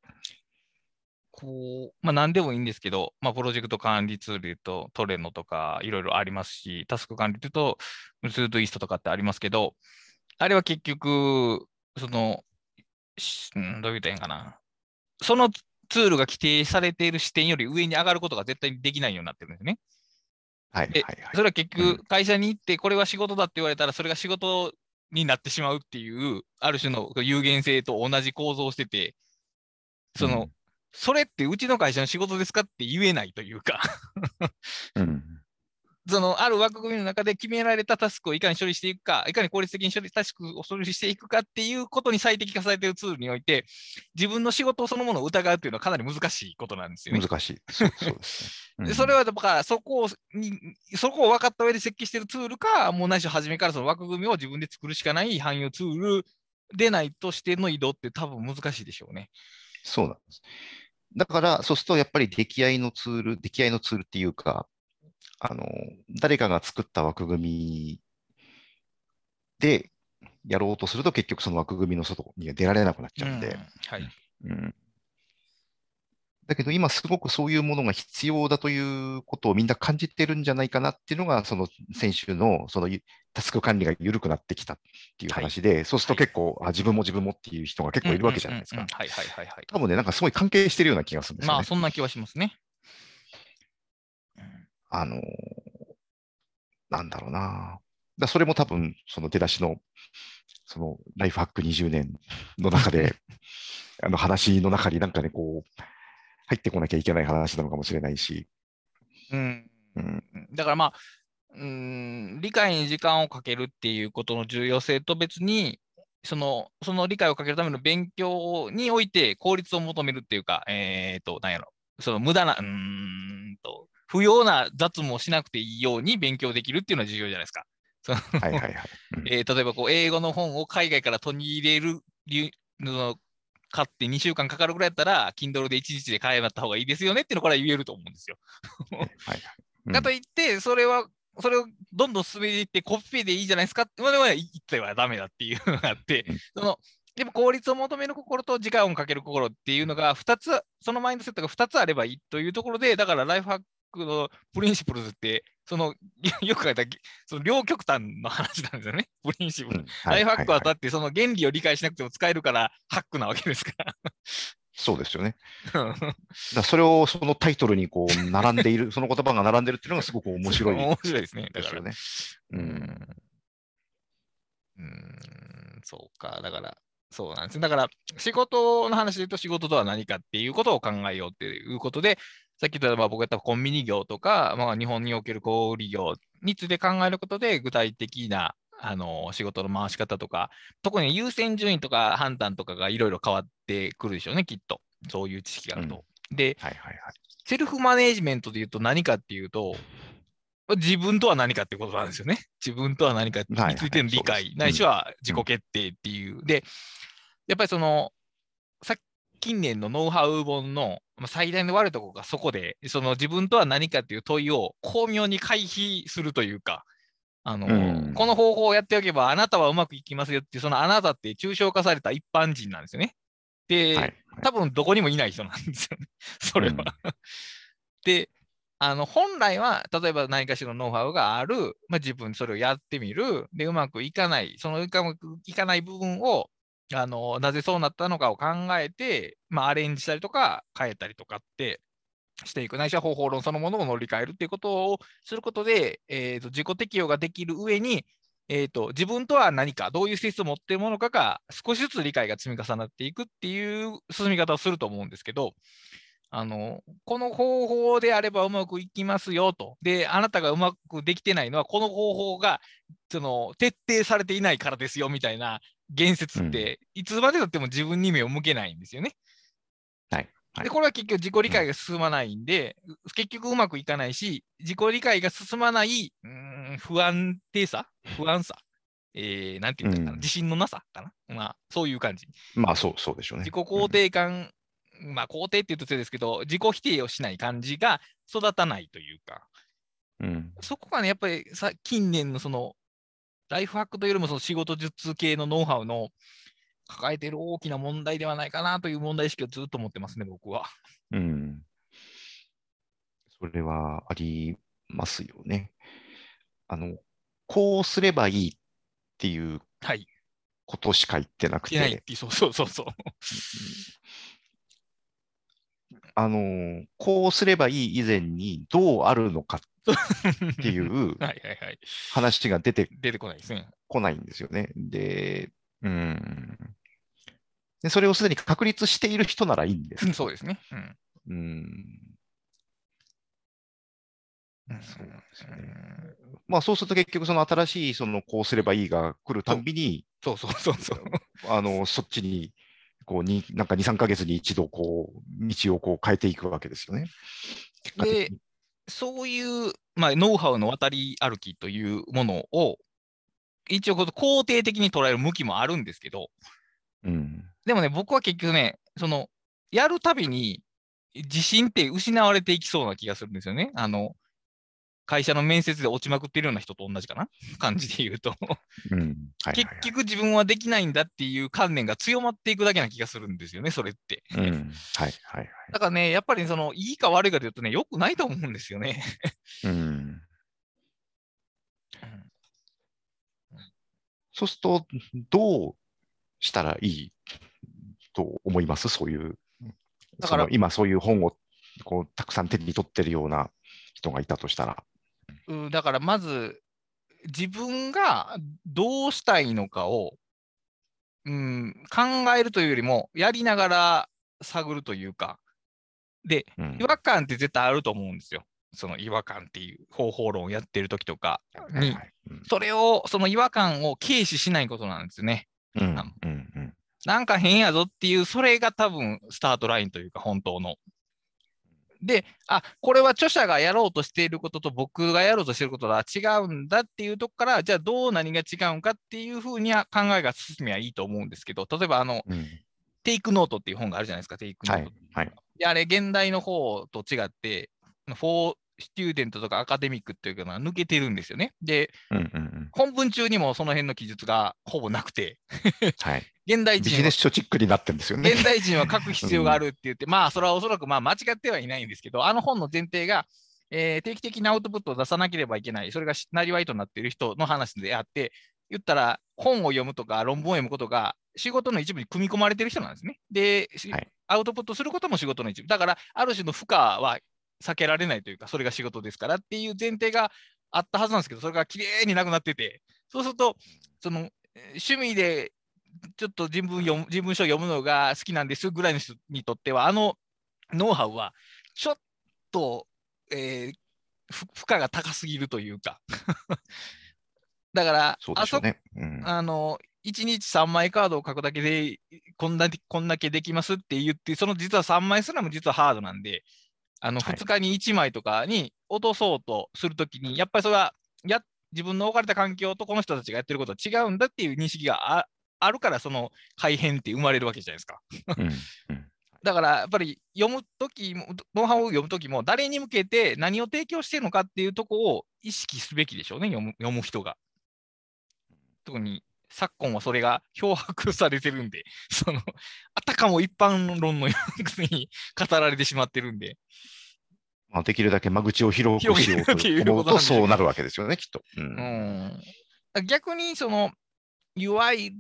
まあ何でもいいんですけど、まあプロジェクト管理ツールで言うとトレノとかいろいろありますし、タスク管理で言うとツードゥイストとかってありますけど、あれは結局、その、どう言ったらいいんかな。そのツールが規定されている視点より上に上がることが絶対にできないようになってるんですね。 はいで、 はいはい。 それは結うん。 局、会社に行って、これは仕事だって言われたら、それが仕事になってしまうっていう、ある種の有限性と同じ構造をしてて、その、 うん。 それってうちの会社の仕事ですかって言えないというかうん。 ある枠組みの中で決められたタスクをいかに処理していくか、いかに効率的にタスクを処理していくかっていうことに最適化されているツールにおいて、自分の仕事そのものを疑うっていうのはかなり難しいことなんですよね。 難しい。そうですね。うそれん。 はだからそこを分かった上で設計しているツールか、もうないしは初めからその枠組みを自分で作るしかない汎用ツールでないとしての移動って多分難しいでしょうね。 そうなんです。だから、そうするとやっぱり出来合いのツールっていうか、あの、誰かが作った枠組みでやろうとすると結局その枠組みの外には出られなくなっちうん、 ゃうんで、 はい。 うん。だけど今すごくそういうものが必要だということをみんな感じてるんじゃないかなっていうのが、その先週のタスク管理が緩くなってきたっていうはい。 話で、そうするはい。 と結構、自分もっていう人が結うんうん構いるわけじゃうんうん。 ないですか。 はいはいはいはい。 多分ね、なんかすごい関係してるような気がするんですよまあ、 ね。 そんな気はしますね。うん、 あの、なんだろうな。それも多分、その出だしの、そのライフハック20年の中で、話の中になんかね、こう、入ってこなきゃいけない話なのかもしれないし、 うん。 うん、 だからまあ、理解に時間をかけるっていうことの重要性と別に、その理解をかけるための勉強において効率を求めるっていうか、なんやろ、その無駄な、不要な雑務をしなくていいように勉強できるっていうのは重要じゃないですか。そのはいはいはい。うん、 例えばこう英語の本を海外から取り入れるの買って2週間かかるぐらいだったら、Kindle で1日で買えばった方がいいですよねっていうのから言えると思うんですよ。 はいはい。うかとん、 いって、それをどんどん進めていって、コピペでいいじゃないですかってまでは言ってはダメだっていうのがあって、 うん、 その、でも効率を求める心と時間をかける心っていうのが2つ、そのマインドセットが2つあればいいというところで、だからライフハックのプリンシプルズって、よく書いた、その両極端の話なんですよね、プリンシプル。 うん、はライフハッいはいはい。 クはだって、その原理を理解しなくても使えるからハックなわけですから。 そうですよね。それをそのタイトルにこう並んでいる、その言葉が並んでるっていうのがすごく面白い面白いですね。だから。 ですよね。 ううん。 ん。そうか。だから、そうなんです。だから、仕事の話で言うと仕事とは何かっていうことを考えようっていうことで、さっき言った僕が言ったコンビニ業とか、まあ、日本における小売業について考えることで、具体的な仕事の回し方とか、特に優先順位とか判断とかがいろいろ変わってくるでしょうね、きっと。そういう知識があうん。 ると。で、 はいはいはい。 セルフマネージメントで言うと何かっていうと、自分とは何かってことなんですよね。自分とは何かはいはい、 についての理そうです。 解、なうん。 いしは自うん。 己決定っていう。で、やっぱり近年のノウハウ本の最大の悪いところがそこで、その自分とは何かっていう問いを巧妙に回避するというか、 うん。 この方法をやっておけばあなたはうまくいきますよっていう、そのあなたって抽象化された一般人なんですよね。で、 はい。はい。 多分どこにもいない人なんですよね。それは。 うん。 で、本来は、例えば何かしらのノウハウがある、まあ、自分それをやってみる、で、うまくいかない、そのうまくいかない部分を、なぜそうなったのかを考えて、まあ、アレンジしたりとか、変えたりとかってしていく、ないしは方法論そのものを乗り換えるっていうことをすることで、自己適用ができる上に、自分とは何か、どういう性質を持っているものかが少しずつ理解が積み重なっていくっていう進み方をすると思うんですけど、この方法であればうまくいきますよと。で、あなたがうまくできてないのは、この方法が徹底されていないからですよみたいな言説って、いつまでたっても自分に目を向けないんですよね。 はいはで、 い。 これは結局自己理解が進まないんで、結局うまくいかないし、自己理解が進まない、不安定さ、不安さ、なんていうんですか、自信のなさかな。まあ、そういう感じ。 まあ、そうでしょうね。 自己肯定感、まあ、肯定って言うと強いですけど、自己否定をしない感じが育たないというか、そこがね、やっぱり近年のライフハックというよりもその仕事術系のノウハウの抱えている大きな問題ではないかなという問題意識をずっと持ってますね、僕は。 それはありますよね。こうすればいいっていうはい。 ことしか言ってなくて、 いけないっていう、そうそうそうそう。 こうすればいい以前にどうあるのかっていうはいはいはい。 話が出て出てこないですね。 こないんですよね。で、うん。で、それをすでに確立している人ならいいんですけど、 そうですね。うん。 うん。そうなんですよね。まあそうすると結局その新しいこうすればいいが来るたそうんびに、 そうそうそうそう。 そっちに、なんか2、3ヶ月に一度道を変えていくわけですよね。結果的で、 に。 そういう、まあ、ノウハウの渡り歩きというものを、一応肯定的に捉える向きもあるんですけど、 うん。 でもね、僕は結局ね、やるたびに自信って失われていきそうな気がするんですよね。会社の面接で落ちまくってるような人と同じかな感じで言うと。 うん。はい結はいはい。 局自分はできないんだっていう観念が強まっていくだけな気がするんですよね、それって。 うん。はいはいはい。 だからね、やっぱりいいか悪いかというとね、良くないと思うんですよね。 うん。 うんそうすると、どうしたらいいと思います？そういう、 だから、 今そういう本をたくさん手に取ってるような人がいたとしたら。 だからまず、自分がどうしたいのかを、考えるというよりも、やりながら探るというか、で、 うん。 違和感って絶対あると思うんですよ。その違和感っていう方法論をやってる時とかに、 はいはい。うん。 その違和感を軽視しないことなんですよね。 うん。 あのうん。うん。 なんか変やぞっていう、それが多分スタートラインというか、本当の。で、これは著者がやろうとしていることと僕がやろうとしていることは違うんだっていうとこから、じゃあ何が違うんかっていうふうには考えが進みはいいと思うんですけど、例えばうん。 テイクノートっていう本があるじゃないですか、テイクノート。 はい。はい。 で、あれ、現代の方と違って、フォースチューデントとかアカデミックっていうのは抜けてるんですよね。で、 うん。うん。うん。 本文中にもその辺の記述がほぼなくて、 はい。 現代人はビジネス書チックになってるんですよね。 現代人は書くう必要があん。 るって言って、まあ、それはおそらくまあ間違ってはいないんですけど、あの本の前提が、定期的なアウトプットを出さなければいけない、それがなりわいとなっている人の話であって、言ったら本を読むとか論文を読むことが仕事の一部に組み込まれている人なんですね。で、 はい。 アウトプットすることも仕事の一部。だから、ある種の負荷は避けられないというか、それが仕事ですからっていう前提があったはずなんですけど、それがきれいになくなってて、そうすると、趣味でちょっと人文書を読むのが好きなんですぐらいの人にとっては、ノウハウはちょっと、えー負荷が高すぎるというか、だから、 そうでしょうね。うん。 1日3枚カードを書くだけでこんだけできますって言って、その実は3枚すらも実はハードなんで、2 はい。 日に1枚とかに落とそうとするときに、やっぱりそれは自分の置かれた環境とこの人たちがやってることは違うんだっていう認識があるから、その改変って生まれるわけじゃないですか。 うん。うん。 だからやっぱり読むときも、ノウハウを読むときも、誰に向けて何を提供しているのかっていうところを意識すべきでしょうね、読む人が。特に昨今はそれが漂白されてるんで、あたかも一般論のように語られてしまってるんで、 まあ、できるだけ間口を広く広しようとげるっていう思うことなとそうなるんでしょうけど。 わけですよね、きっと。ううん。 ん、逆に、いわゆる、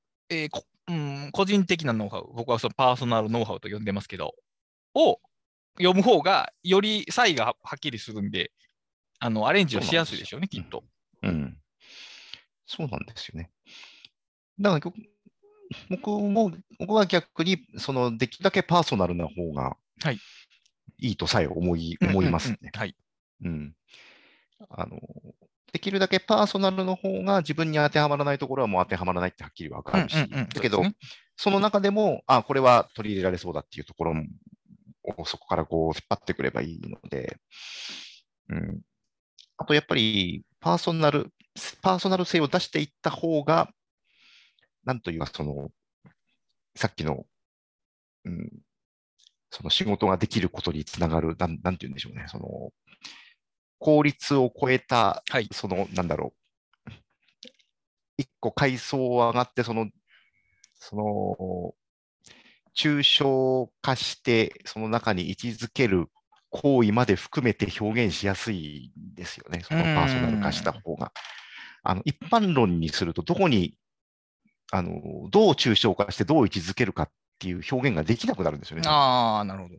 個人的なノウハウ、僕はそのパーソナルノウハウと呼んでますけど、を読む方がより差異がはっきりするんで、アレンジはしやすいでしょうね、きっと。 うん。そうなんですよね。だから僕は逆に、できるだけパーソナルな方がはい。 いいとさえ思うんうんうん。 いますね。 はい。 うん。あの、できるだけパーソナルの方が自分に当てはまらないところはもう当てはまらないってはっきりわうんかるし、 うんうん。 だけど、 そうですね。 その中でも、これは取り入れられそうだっていうところをそこからこう引っ張ってくればいいので、うん。あとやっぱりパーソナル性を出していった方が、なんというか、さっきの、うん、その仕事ができることにつながる、なんて言うんでしょうね、効率を超えた、 はい。 なんだろう、一個階層を上がって、その、抽象化して、その中に位置づける行為まで含めて表現しやすいんですよね、 うーそのパーソナル化したん。 方が。一般論にすると、どこに、どう抽象化してどう位置づけるかっていう表現ができなくなるんですよね、多分。 ああ、なるほど。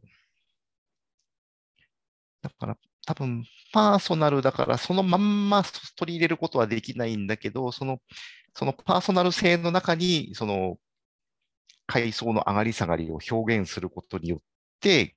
だから、多分、パーソナルだから、そのまんま取り入れることはできないんだけど、そのパーソナル性の中に、階層の上がり下がりを表現することによって、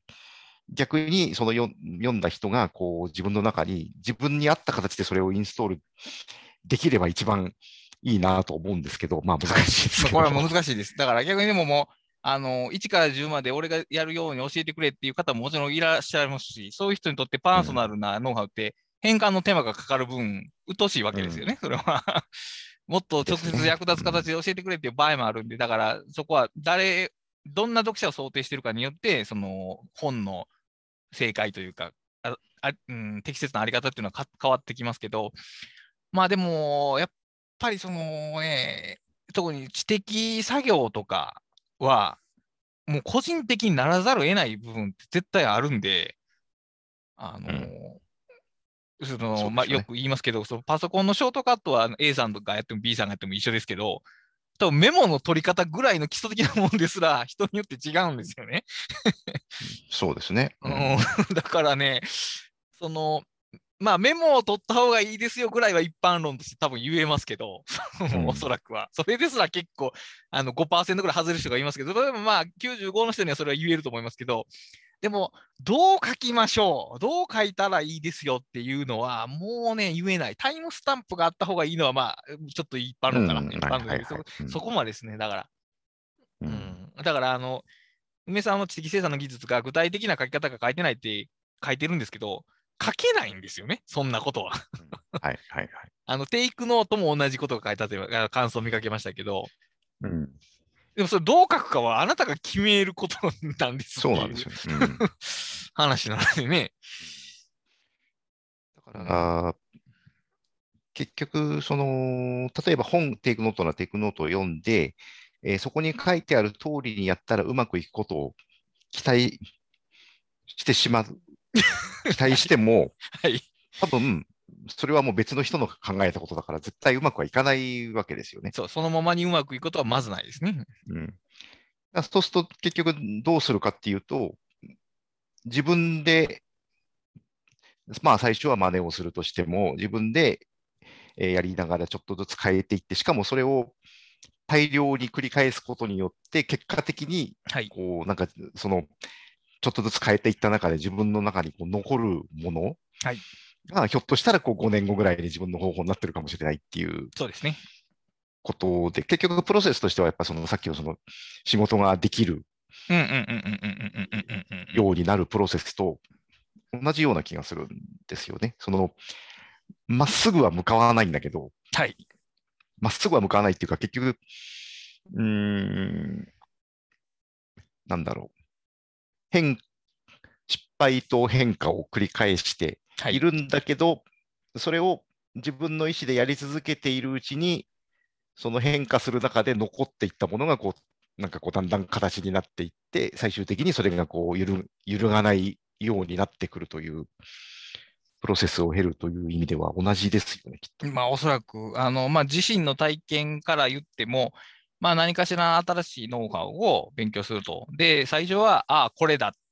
逆に読んだ人がこう自分の中に自分に合った形でそれをインストールできれば一番いいなと思うんですけど、まあ難はい。 しいですけど。 まあこれは難しいです。だから逆にでももう、1から10まで俺がやるように教えてくれっていう方ももちろんいらっしゃいますし、そういう人にとってパーソナルなノウハウって変換の手間がかかる分、鬱陶しいわうん、 けですよね、それは。もっと直ですね。 接役立つ形で教えてくれっていう場合もあるんで、だからそこはどんな読者を想定しているかによって、その本の正解というか、適切なあり方っていうのは変わってきますけど、まあでも、やっぱりそのね、特に知的作業とかは、もう個人的にならざるを得ない部分って絶対あるんで、あうん、 の、まあ、 そうですよね。 よく言いますけど、そのパソコンのショートカットは A さんがやっても B さんがやっても一緒ですけど、多分メモの取り方ぐらいの基礎的なもんですら人によって違うんですよね。 そうですね。 うん、 うん、 だからね、その、まあメモを取った方がいいですよぐらいは一般論として多分言えますけど、おそうん、 らくは。それですら結構5%ぐらい外れる人がいますけど、例えばまあ95の人にはそれは言えると思いますけど、でも、どう書きましょう、どう書いたらいいですよっていうのは、もうね、言えない。タイムスタンプがあった方がいいのは、まあ、ちょっと一般論かな。 うん、 一はい般論だけど、 はいはい。うん、 そこまでですね。だから、 うん、 うん。だから、梅さんの知的生産の技術が具体的な書き方が書いてないって書いてるんですけど、書けないんですよね、そんなことは。 はいはいはい。 テイクノートも同じことが書いてあって、感想を見かけましたけど、 うん、 でもそれどう書くかはあなたが決めることなんですっていうそうなんですよね。うん。 話なのでね。 だかうん。 ら、結局、例えばテイクノートなテイクノートを読んで、そこに書いてある通りにやったらうまくいくことを期待してしまう、期待しても、 はい。 多分、それはもう別の人の考えたことだから、絶対うまくはいかないわけですよね。 そう、そのままにうまくいくことはまずないですね。 うん。そうすると、結局どうするかっていうと、自分で、まあ最初は真似をするとしても、自分でやりながらちょっとずつ変えていって、しかもそれを大量に繰り返すことによって、結果的に、 はい。 こう、なんか、その、ちょっとずつ変えていった中で自分の中にこう残るものはい。 が、ひょっとしたらこう5年後ぐらいに自分の方法になってるかもしれないっていうそうですね。 ことで、結局プロセスとしてはやっぱさっきの仕事ができるうんうんうんうんうんうんうんうんうんうん。 ようになるプロセスと同じような気がするんですよね。まっすぐは向かわないんだけど、 はい。 まっすぐは向かわないっていうか、結局、うーん、なんだろう。失敗と変化を繰り返してはい。 いるんだけど、それを自分の意思でやり続けているうちに、その変化する中で残っていったものがなんかだんだん形になっていって、最終的にそれが揺るがないようになってくるというプロセスを経るという意味では同じですよね、きっと。 まあ、おそらく、まあ、自身の体験から言っても、まあ、何かしら新しいノウハウを勉強すると。で、最初は、ああ、これだっ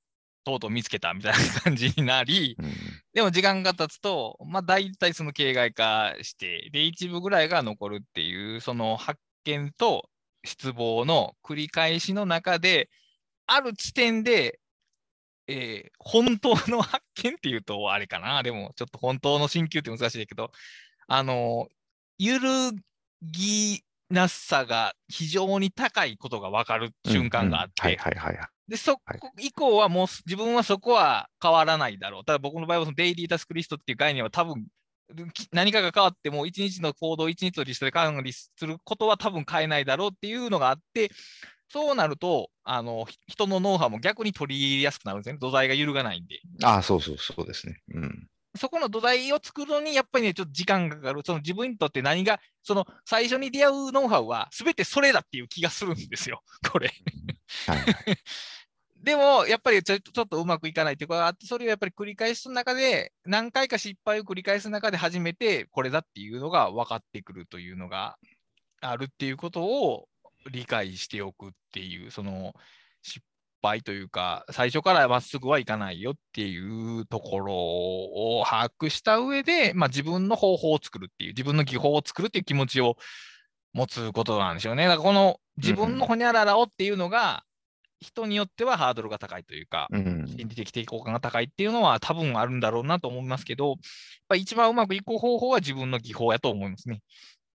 とうとう見つけたみたいな感じになり、でも時間が経つと、まあ大体その形骸化して、で、一部ぐらいが残るっていう、その発見と失望の繰り返しの中で、ある地点で、本当の発見っていうとあれかな。でも、ちょっと本当の鍼灸って難しいけど、あの、揺るぎなさが非常に高いことが分かる瞬間があっはいて、 はいはい。 で、そこ以降はもう自分はそこは変わらないだろう。ただ僕の場合はそのデイリータスクリストっていう概念は多分何かが変わっても一日の行動を一日のリストで管理することは多分変えないだろうっていうのがあって、そうなると、人のノウハウも逆に取り入れやすくなるんですね。土台が揺るがないんで。 ああ、そうそうそうですね。 そこの土台を作るのに、やっぱりね、ちょっと時間がかかる。その自分にとって何が、その最初に出会うノウハウは、すべてそれだっていう気がするんですよ、これ。 はいはい。 でも、やっぱりちょっとうまくいかないということがあって、それをやっぱり繰り返す中で、何回か失敗を繰り返す中で初めて、これだっていうのが分かってくるというのがあるっていうことを理解しておくっていう、その失敗というか、最初からまっすぐはいかないよっていうところを把握した上で、まあ、自分の方法を作るっていう、自分の技法を作るっていう気持ちを持つことなんでしょうね。だからこの自分のほにゃららをっていうのが、人によってはハードルが高いというか、心理的抵抗感が高いっていうのは多分あるんだろうなと思いますけど、やっぱ一番うまくいく方法は自分の技法やと思いますね。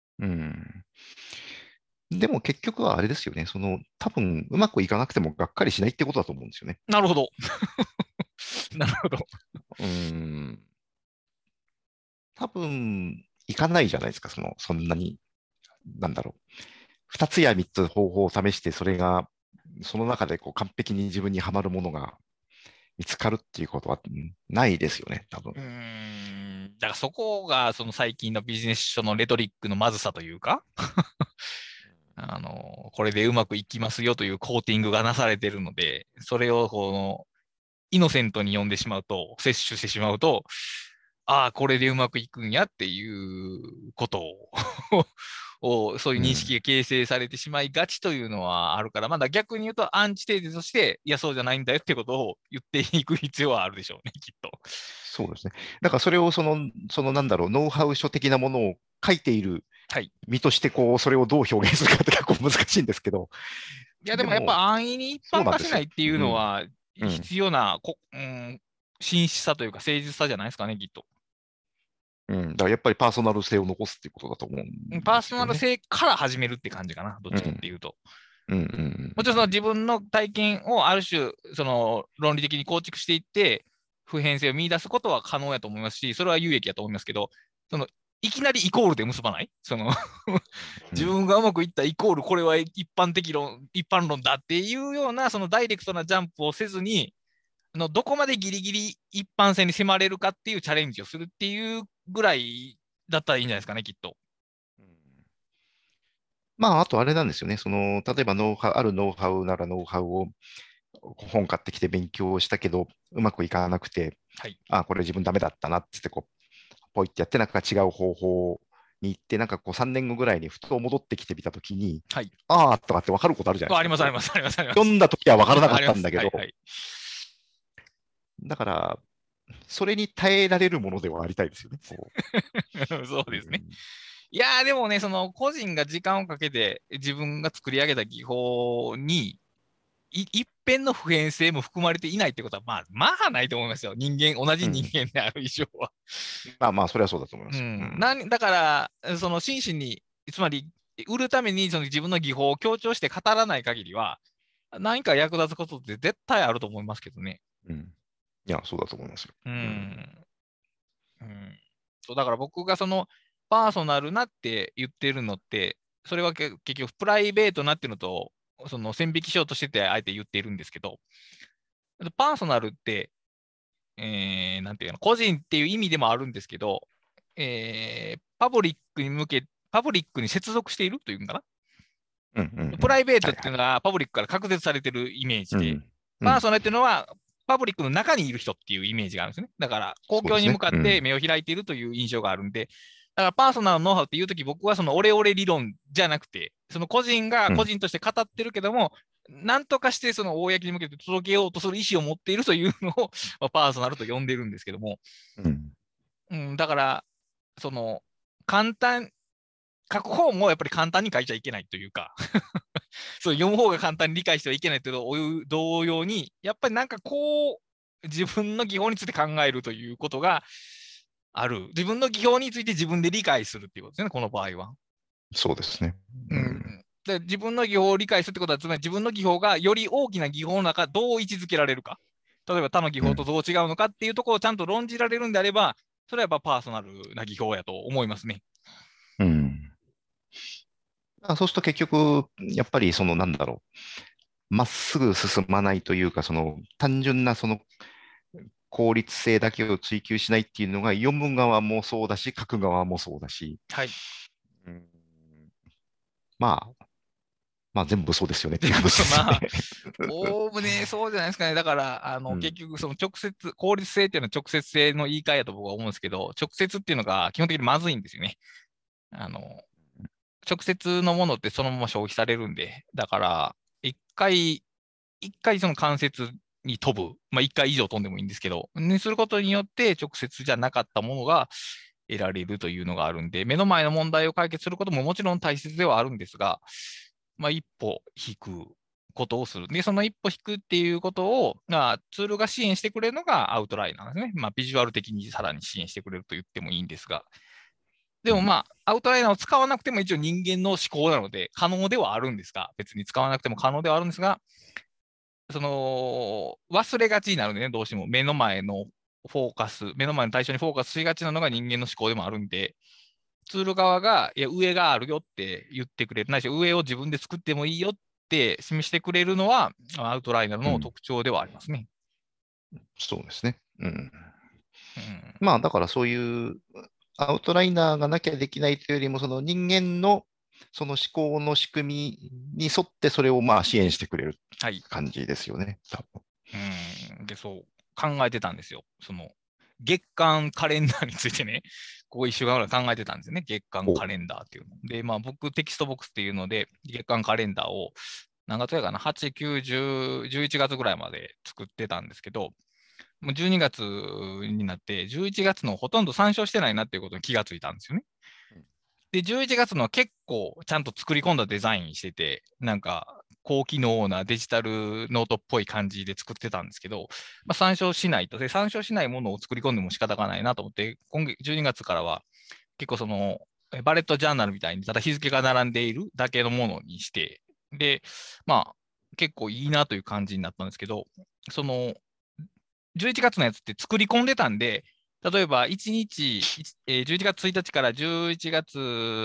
でも結局はあれですよね。多分うまくいかなくてもがっかりしないってことだと思うんですよね。 なるほど。なるほど。 多分いかないじゃないですか。そんなに、なんだろう。2つや3つ方法を試して、それが、その中でこう完璧に自分にはまるものが見つかるっていうことはないですよね、多分。 だからそこがその最近のビジネス書のレトリックのまずさというかこれでうまくいきますよというコーティングがなされているので、それをこのイノセントに読んでしまうと、摂取してしまうと、ああ、これでうまくいくんやっていうことそういう認識が形成されてしまいがちというのはあるから、まだ逆に言うとアンチテーゼとして、いや、そうじゃないんだよってことを言っていく必要はあるでしょうね、きっと。 そうですね。だからそれをなんだろう、ノウハウ書的なものを書いている身として、それをどう表現するかって結構難しいんですけど、 いや、でもやっぱ安易に一般化しないっていうのは必要な、真摯さというか誠実さじゃないですかね、きっと。 だからやっぱりパーソナル性を残すっていうことだと思うんですよね。 パーソナル性から始めるって感じかな、どっちかっていうと。もちろんその自分の体験をある種、その論理的に構築していって、普遍性を見出すことは可能やと思いますし、それは有益やと思いますけど、いきなりイコールで結ばない自分がうまくいったイコール、これは一般論だっていうような、そのダイレクトなジャンプをせずに、どこまでギリギリ一般性に迫れるかっていうチャレンジをするっていうぐらいだったらいいんじゃないですかね、きっと。 まあ、あとあれなんですよね。例えばあるノウハウならノウハウを本買ってきて勉強したけど、うまくいかなくて、これ自分ダメだったなってポイってやって、なんか違う方法に行って、なんか3年後ぐらいにふと戻ってきてみたときに、ああとかって分かることあるじゃないですか。 あります、あります、あります。 読んだときは分からなかったんだけど、だから、それに耐えられるものではありたいですよね。 そうですね。いやーでもね、その個人が時間をかけて自分が作り上げた技法に一辺の普遍性も含まれていないってことは、まあないと思いますよ。同じ人間である以上は。 まあ、それはそうだと思います。 だから、その真摯に、つまり、売るためにその自分の技法を強調して語らない限りは、何か役立つことって絶対あると思いますけどね。 いや、そうだと思いますよ。 そうだから僕がそのパーソナルなって言ってるのって、それは結局プライベートなっていうのと、その線引きしようとしててあえて言っているんですけど、パーソナルって、なんていうの、個人っていう意味でもあるんですけど、パブリックに接続しているというのかな。プライベートっていうのはパブリックから隔絶されてるイメージで、パーソナルっていうのはパブリックの中にいる人っていうイメージがあるんですね。だから、公共に向かって目を開いているという印象があるんで、だからパーソナルノウハウっていうとき、僕はそのオレオレ理論じゃなくて、その個人が個人として語ってるけども、 なんとかしてその公に向けて届けようとする意思を持っているというのをパーソナルと呼んでるんですけども、だから、その、簡単、書く方もやっぱり簡単に書いちゃいけないというかそう読む方が簡単に理解してはいけないという同様に、やっぱりなんかこう、自分の技法について考えるということがある。自分の技法について自分で理解するっていうことですね、この場合は。 そうですね。 で自分の技法を理解するってことは、つまり自分の技法がより大きな技法の中、どう位置づけられるか。例えば他の技法とどう違うのかっていうところをちゃんと論じられるんであれば、それはやっぱパーソナルな技法やと思いますね。 そうすると結局、やっぱりなんだろう、まっすぐ進まないというか、単純な効率性だけを追求しないっていうのが、読む側もそうだし、書く側もそうだし、 はい。 うん、ままあ全部そうですよねっていう話ですよね。 まあ、おおむねそうじゃないですかね。だから、結局、その直接、効率性っていうのは直接性の言い換えやと僕は思うんですけど、直接っていうのが基本的にまずいんですよね。あの、直接のものってそのまま消費されるんで、だから、一回その関節に飛ぶ、まあ一回以上飛んでもいいんですけど、にすることによって直接じゃなかったものが得られるというのがあるんで、目の前の問題を解決することももちろん大切ではあるんですが、まあ一歩引くことをする。で、その一歩引くっていうことを、ツールが支援してくれるのがアウトライナーですね。まあビジュアル的にさらに支援してくれると言ってもいいんですが、でもまあ、アウトライナーを使わなくても一応人間の思考なので可能ではあるんですが、別に使わなくても可能ではあるんですが、忘れがちになるんでね、どうしても目の前のフォーカス、目の前の対象にフォーカスしがちなのが人間の思考でもあるんで、ツール側が、いや、上があるよって言ってくれる、ないし、上を自分で作ってもいいよって示してくれるのは、アウトライナーの特徴ではありますね。 そうですね。 うんまあだからそういうアウトライナーがなきゃできないというよりも、その人間のその思考の仕組みに沿ってそれをまあ支援してくれるはい。 感じですよね。多分で、そう考えてたんですよ。月間カレンダーについてね、ここ1週間ぐらい考えてたんですよね。月間カレンダーっていうの。で、まあ僕テキストボックスっていうので、月間カレンダーを何月やかな、8、9、10、11月ぐらいまで作ってたんですけど、もう12月になって、11月のほとんど参照してないなっていうことに気がついたんですよね。で、11月のは結構ちゃんと作り込んだデザインしてて、なんか高機能なデジタルノートっぽい感じで作ってたんですけど、まあ、参照しないと、で、参照しないものを作り込んでも仕方がないなと思って、今月12月からは結構バレットジャーナルみたいにただ日付が並んでいるだけのものにして、で、まあ、結構いいなという感じになったんですけど、11月のやつって作り込んでたんで、例えば1日、11月1日から11月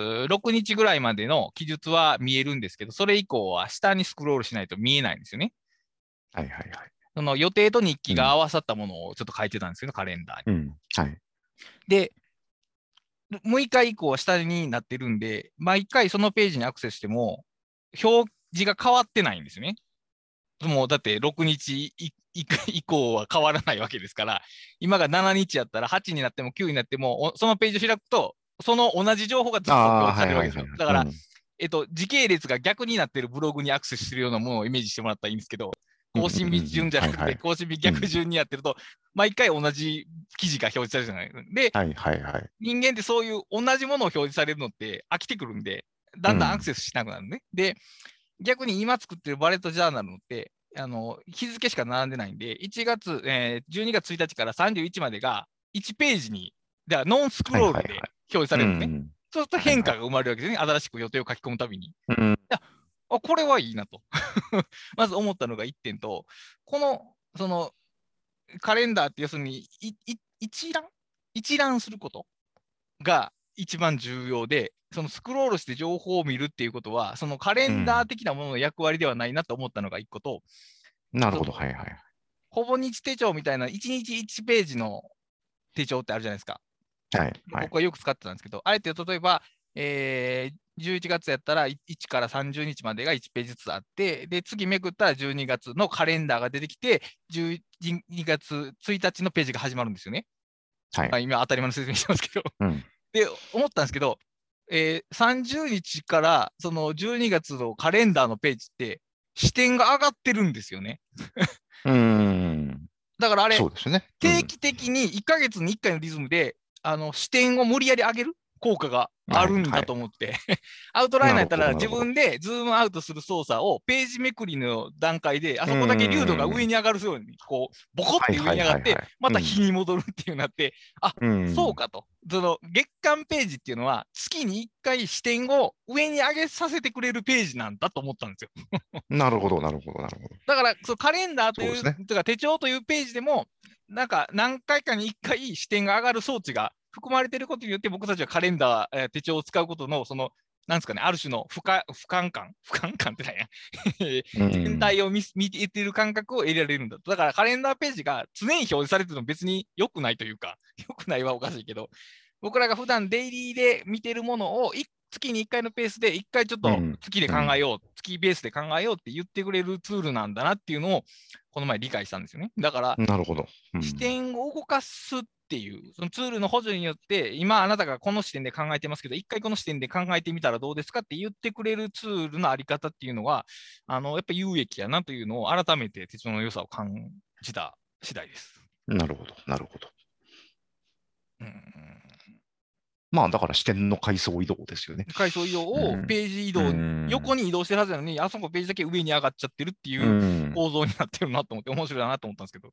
6日ぐらいまでの記述は見えるんですけど、それ以降は下にスクロールしないと見えないんですよね。 はいはいはい。 その予定と日記がうん。 合わさったものをちょっと書いてたんですけど、カレンダーに。 はい。 で、6日以降は下になってるんで、毎回そのページにアクセスしても、表示が変わってないんですよね。もうだって6日以降は変わらないわけですから、今が7日やったら8になっても9になっても、そのページを開くと、その同じ情報がずっと表ああ、 示されるわけですよ。 はいはいはいはい。 だから、時系列が逆になっているブログにアクセスするようなものをイメージしてもらったらいいんですけど、更新日順じゃなくて、更新日逆順にやってると、毎回同じ記事が表示されるじゃない。で、 はいはいはい。 人間ってそういう同じものを表示されるのって飽きてくるんで、だんだんアクセスしなくなるね。で、逆に今作ってるバレットジャーナルのって、日付しか並んでないんで、12月1日から31までが1ページに、だからノンスクロールで表示されるのね。そうすると変化が生まれるわけですね。新しく予定を書き込むたびに。いや、これはいいなと。まず思ったのが1点と、カレンダーって要するに一覧することが一番重要で、そのスクロールして情報を見るっていうことは、そのカレンダー的なものの役割ではないなと思ったのが1個と、 なるほど、はいはい。 ほぼ日手帳みたいな1日1ページの手帳ってあるじゃないですか。 はいはい、 僕はよく使ってたんですけど、あえて例えば、11月やったら1から30日までが1ページずつあって、で、次めくったら12月のカレンダーが出てきて、12月1日のページが始まるんですよね。 はい、 今当たり前の説明してますけど。 うん、 で、思ったんですけど、30日からその12月のカレンダーのページって、 視点が上がってるんですよね。だからあれ、 そうですね。 定期的に1ヶ月に1回のリズムで、視点を無理やり上げる効果があるんだと思って、アウトライナーやったら自分でズームアウトする操作をページめくりの段階で、あそこだけ流度が上に上がるように、こう、ボコって上に上がって、また日に戻るっていうなって、あ、そうかと。その月間ページっていうのは、月に1回視点を上に上げさせてくれるページなんだと思ったんですよ。 なるほど、なるほど、なるほど。 だから、そのカレンダーという、とか手帳というページでも、なんか何回かに1回視点が上がる装置が含まれていることによって、僕たちはカレンダー、手帳を使うことの、その、なんですかね、ある種の不感感ってなんや全体を見ていってる感覚を得られるんだと。だからカレンダーページが常に表示されてるの別に良くないというか、良くないはおかしいけど、僕らが普段デイリーで見てるものを月に1回のペースで1回ちょっと月で考えよう、月ベースで考えようって言ってくれるツールなんだなっていうのをこの前理解したんですよね。だから、 なるほど、 視点を動かすっていう、そのツールの補助によって、今あなたがこの視点で考えてますけど、一回この視点で考えてみたらどうですかって言ってくれるツールのあり方っていうのは、やっぱ有益やなというのを改めて手帳の良さを感じた次第です。 なるほど、なるほど。まあ、だから視点の階層移動ですよね。 階層移動をページ移動、横に移動してるはずなのに、あそこページだけ上に上がっちゃってるっていう構造になってるなと思って、面白いなと思ったんですけど。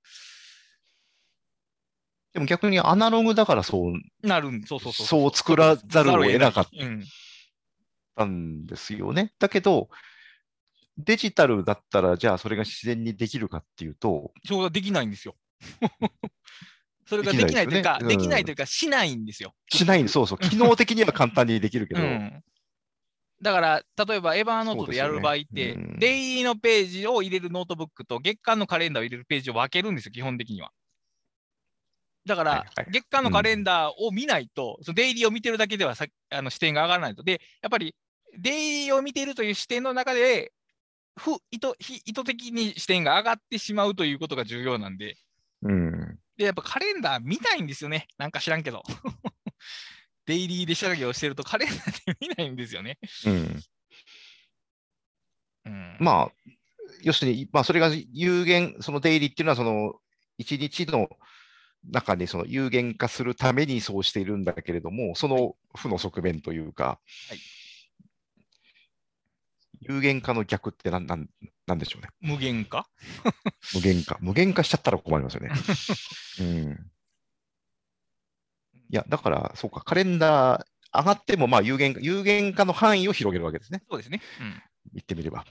でも逆にアナログだからそうなるそう作らざるを得なかったんですよね。だけど、デジタルだったら、じゃあそれが自然にできるかっていうと、 そうができないんですよ。それができないというか、できないというか、しないんですよ。 しない、そうそう。機能的には簡単にできるけど。 だから、例えば、エヴァーノートでやる場合って、デイリーのページを入れるノートブックと月間のカレンダーを入れるページを分けるんですよ、基本的には。だから、月間のカレンダーを見ないと、そのデイリーを見てるだけでは視点が上がらないと。で、やっぱり、デイリーを見ているという視点の中で、意図的に視点が上がってしまうということが重要なんで、で、やっぱカレンダー見たいんですよね。なんか知らんけど。デイリーで作業してるとカレンダーで見ないんですよね。 まあ、要するに、まあ、それが有限、そのデイリーっていうのは、その一日の中にその有限化するためにそうしているんだけれども、その負の側面というか、有限化の逆ってなんでしょうね。 無限化無限化しちゃったら困りますよね。いや、だから、そうか、カレンダー上がっても、まあ有限化の範囲を広げるわけですね。 そうですね。 言ってみれば。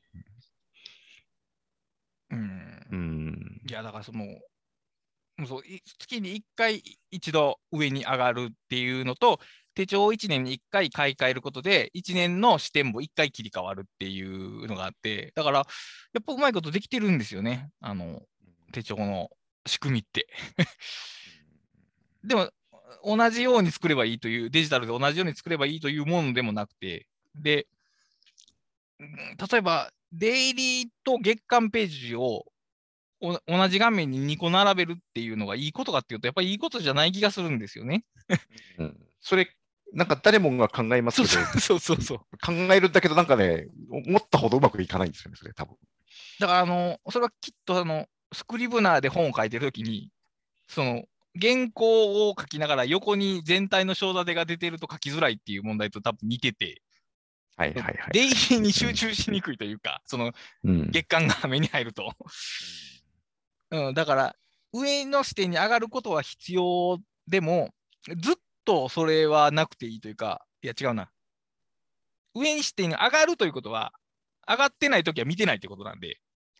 いや、だからそう月に1回一度上に上がるっていうのと、手帳を1年に1回買い替えることで、1年の視点も1回切り替わるっていうのがあって、だから、やっぱうまいことできてるんですよね、手帳の仕組みって。でも、同じように作ればいいという、デジタルで同じように作ればいいというものでもなくて、で、例えば、デイリーと月間ページを同じ画面に2個並べるっていうのがいいことかっていうと、やっぱりいいことじゃない気がするんですよね。 それ、なんか誰もが考えますけど、考えるんだけど、なんかね、思ったほどうまくいかないんですよね、それ、多分。 だから、それはきっとスクリブナーで本を書いてるときに、原稿を書きながら横に全体の章立てが出てると書きづらいっていう問題と多分似てて、デイリーに集中しにくいというか、月間が目に入ると。だから、上の視点に上がることは必要でも、ずっとそれはなくていいというか、いや違うな。上に視点に上がるということは、上がってないときは見てないということなんで、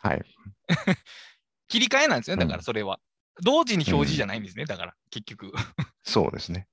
切り替えなんですよね、だからそれは。同時に表示じゃないんですね、だから、結局。 そうですね。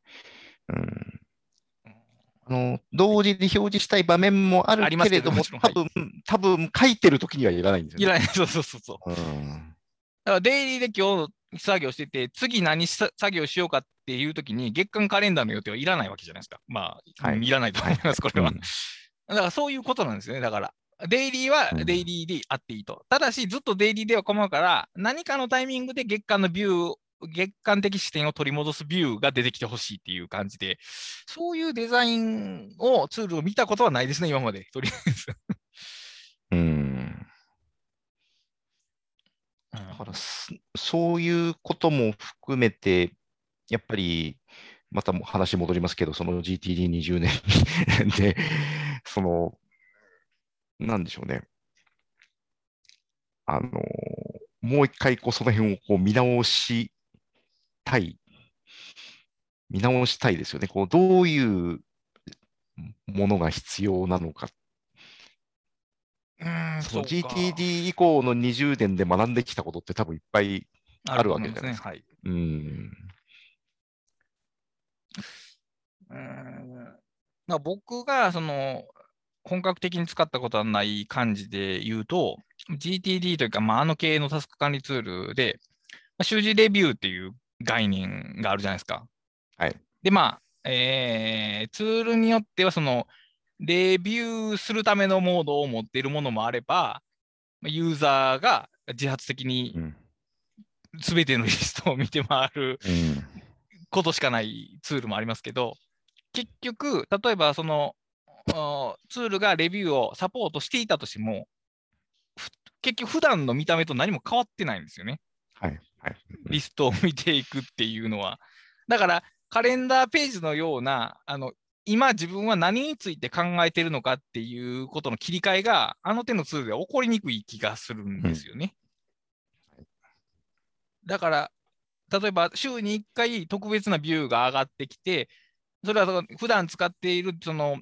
同時に表示したい場面もあるけれども、多分書いてるときにはいらないんですよね。 いらない、そう。だからデイリーで今日作業してて、次何作業しようかっていうときに、月間カレンダーの予定はいらないわけじゃないですか。まあ、いらないと思います、これは。だからそういうことなんですよね。だから、デイリーはデイリーであっていいと。ただし、ずっとデイリーでは困るから、何かのタイミングで月間のビュー、月間的視点を取り戻すビューが出てきてほしいっていう感じで、そういうデザインを、ツールを見たことはないですね、今まで。とりあえず。 だからそういうことも含めて、やっぱり、また話戻りますけど、その GTD20 年で、その、なんでしょうね。あの、もう一回その辺をたい、見直したいですよね。どういうものが必要なのか。そのそうか。 GTD 以降の20年で学んできたことって多分いっぱいあるあると思いますね。 わけじゃないですか。 はい。 うん。 僕が本格的に使ったことはない感じで言うと、GTD というか、あの系のタスク管理ツールで、習字レビューっていう概念があるじゃないですか。 はい。 で、ツールによっては、レビューするためのモードを持っているものもあれば、ユーザーが自発的にうん。 全てのリストを見て回るうん。 ことしかないツールもありますけど、結局、例えばツールがレビューをサポートしていたとしても、結局普段の見た目と何も変わってないんですよね。 はい。はい。 リストを見ていくっていうのは。だから、カレンダーページのような、今自分は何について考えているのかっていうことの切り替えが、あの手のツールでは起こりにくい気がするんうん。 ですよね。だから、例えば週に1回特別なビューが上がってきて、それは普段使っている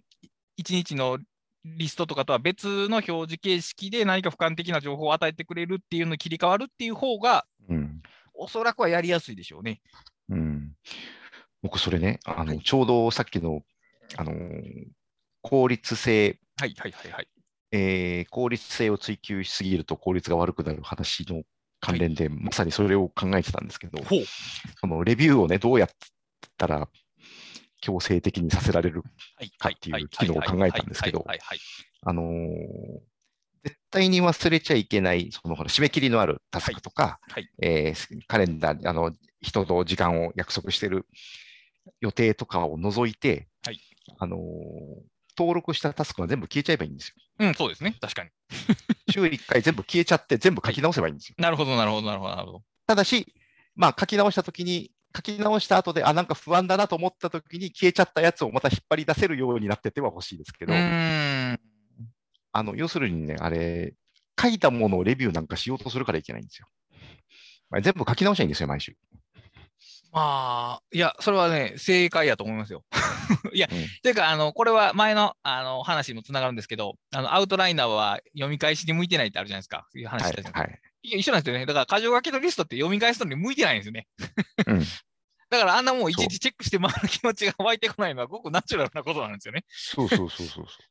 1日のリストとかとは別の表示形式で何か俯瞰的な情報を与えてくれるっていうのに切り替わるっていう方が、 うん。 おそらくはやりやすいでしょうね。 うん。僕、それね、 はい。 ちょうどさっきの、あの効率性、 はいはいはいはい。 効率性を追求しすぎると効率が悪くなる話のはい。 関連で、まさにそれを考えてたんですけど、 ほう。 そのレビューをね、どうやったら強制的にさせられるはいはいかっていうはいはい機能を考えはいはいたんですけど、 はいはい。 あのー絶対に忘れちゃいけない、ほら締め切りのあるタスはいクとか、 はい。 カレンダー、人と時間を約束している予定とかを除いて、 はい。 あのー登録したタスクが全部消えちゃえばいいんですよ。 うん、そうですね。確かに。 週1回全部消えちゃって、全部書はい。 き直せばいいんですよ。 なるほど、なるほど、なるほど、なるほど。 ただし、まあ、書き直した後で、なんか不安だなと思った時に消えちゃったやつをまた引っ張り出せるようになってては欲しいですけうど、 ーん。 要するにね、あれ、書いたものをレビューなんかしようとするからいけないんですよ。全部書き直しゃいいんですよ、毎週。 いや、それはね、正解やと思いますよ。いや、 うん。 というか、これは前の、話にもつながるんですけど、アウトライナーは読み返しに向いてないってあるじゃないですか。そういう話はい、 したじゃないですか。 はい。 いや一緒なんですよね。だから、箇条書きのリストって読み返すのに向いてないんですよね。 うん。 だから、あんなもんいちいそう。 ちチェックして回る気持ちが湧いてこないのは、ごくナチュラルなことなんですよね。 そうそうそうそうそう。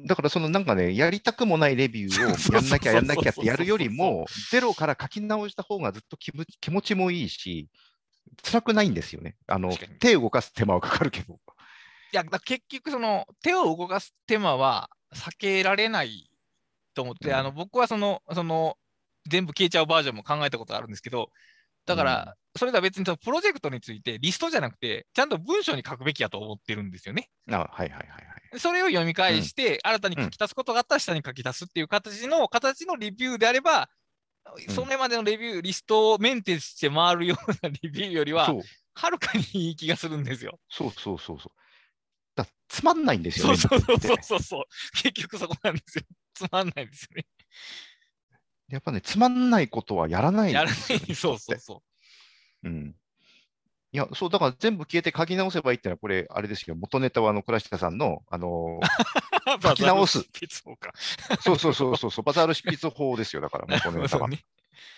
だから、なんかね、やりたくもないレビューをそうそうやんなそうそうそうきゃってやるよそうそう。 りも、ゼロから書き直した方がずっと気持ちもいいし、辛くないんですよね。 確かに。 手を動かす手間はかかるけど。 いや、結局、手を動かす手間は避けられないと思って、 うん。 僕は全部消えちゃうバージョンも考えたことがあるんですけど、だから、 うん。 それとは別にそのプロジェクトについてリストじゃなくて、ちゃんと文章に書くべきやと思ってるんですよね。 はいはいはいはい。 それを読みうん。 返して、新たにうん。 書き足すことがあったら下に書き足すっていう形のレビューであれば、 うん。 それまでのレビュー、リストをメンテして回るようなレビューよりは、 そう。 はるかにいい気がするんですよ。 そうそうそうそう。つまんないんですよそうね、見そうそうそうてて。 そうそう。結局そこなんですよ。つまんないですよね。 やっぱね、つまんないことはやらないやらなですよね、 い。 人って。 そうそうそうん。いや、そう、だから全部消えて書き直せばいいってのは、これ、あれですよ、元ネタは倉下さんの、 う。 書バザルスき直す。 ピッツォか。なそうそうるほど。 そうそうそう、バザール執筆法ですよ、だからなる元ネタは。 ほどね。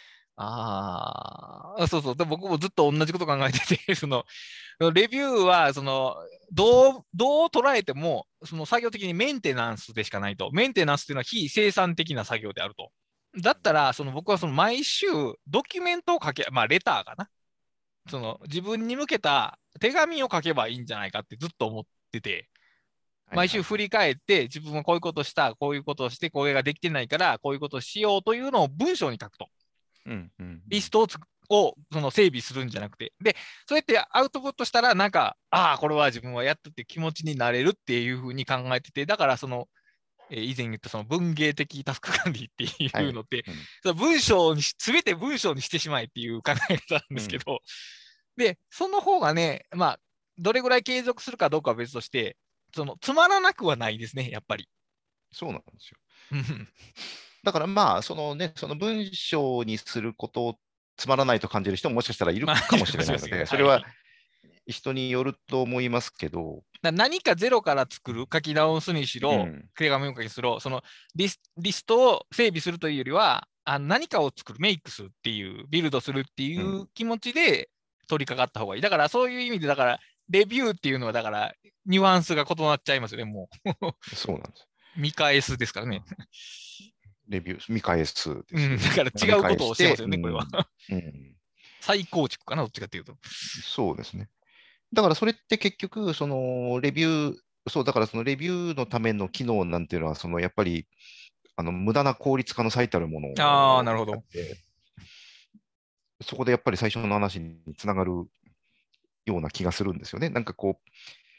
そうそう。で僕もずっと同じこと考えてて、レビューは、どう捉えても、作業的にメンテナンスでしかないと。メンテナンスっていうのは非生産的な作業であると。だったら、僕は毎週ドキュメントを書け、レターかな。自分に向けた手紙を書けばいいんじゃないかってずっと思ってて、 はいはいはい。 毎週振り返って、自分はこういうことした、こういうことをして、これができてないから、こういうことをしようというのを文章に書くと。 うんうんうん。 リストを整備するんじゃなくて。で、そうやってアウトプットしたら、なんか、これは自分はやったって気持ちになれるっていうふうに考えてて、だから以前言ったその文芸的タスク管理ってはい。 いうのって、 うん。 その文章にすべて文章にしてしまえっていう考え方なんですけど、で、その方がね、まあ、どれぐらい継続するかどうかは別として、つまらなくはないですね、やっぱり。 そうなんですよ。 うんだからまあ、そのね、その文章にすることをつまらないと感じる人ももしかしたらいるまあ、 かもいるかもしれないので、 しれませんけど、 それははい。 人によると思いますけど、 何かゼロから作る、書き直すにしろ、 うん、 手紙を書きしろ、そのリストを整備するというよりは、何かを作る、メイクするっていう、ビルドするってうん、 いう気持ちで取り掛かった方がいい。だからそういう意味で、だから、レビューっていうのは、だから、ニュアンスが異なっちゃいますよね、もう。 そうなんです。 見返すですからね。 うん、レビュー、見返すでうん、 すよね。 だから違うこ見返して、 とをしてますよね、これは。 うん、うん、 再構築かな、どっちかっていうと。 そうですね。だからそれって結局、そのレビュー、そう、だからそのレビューのための機能なんていうのは、そのやっぱり無駄な効率化の最たるものああ、なるほど。 であって、そこでやっぱり最初の話につながるような気がするんですよね。なんかこう、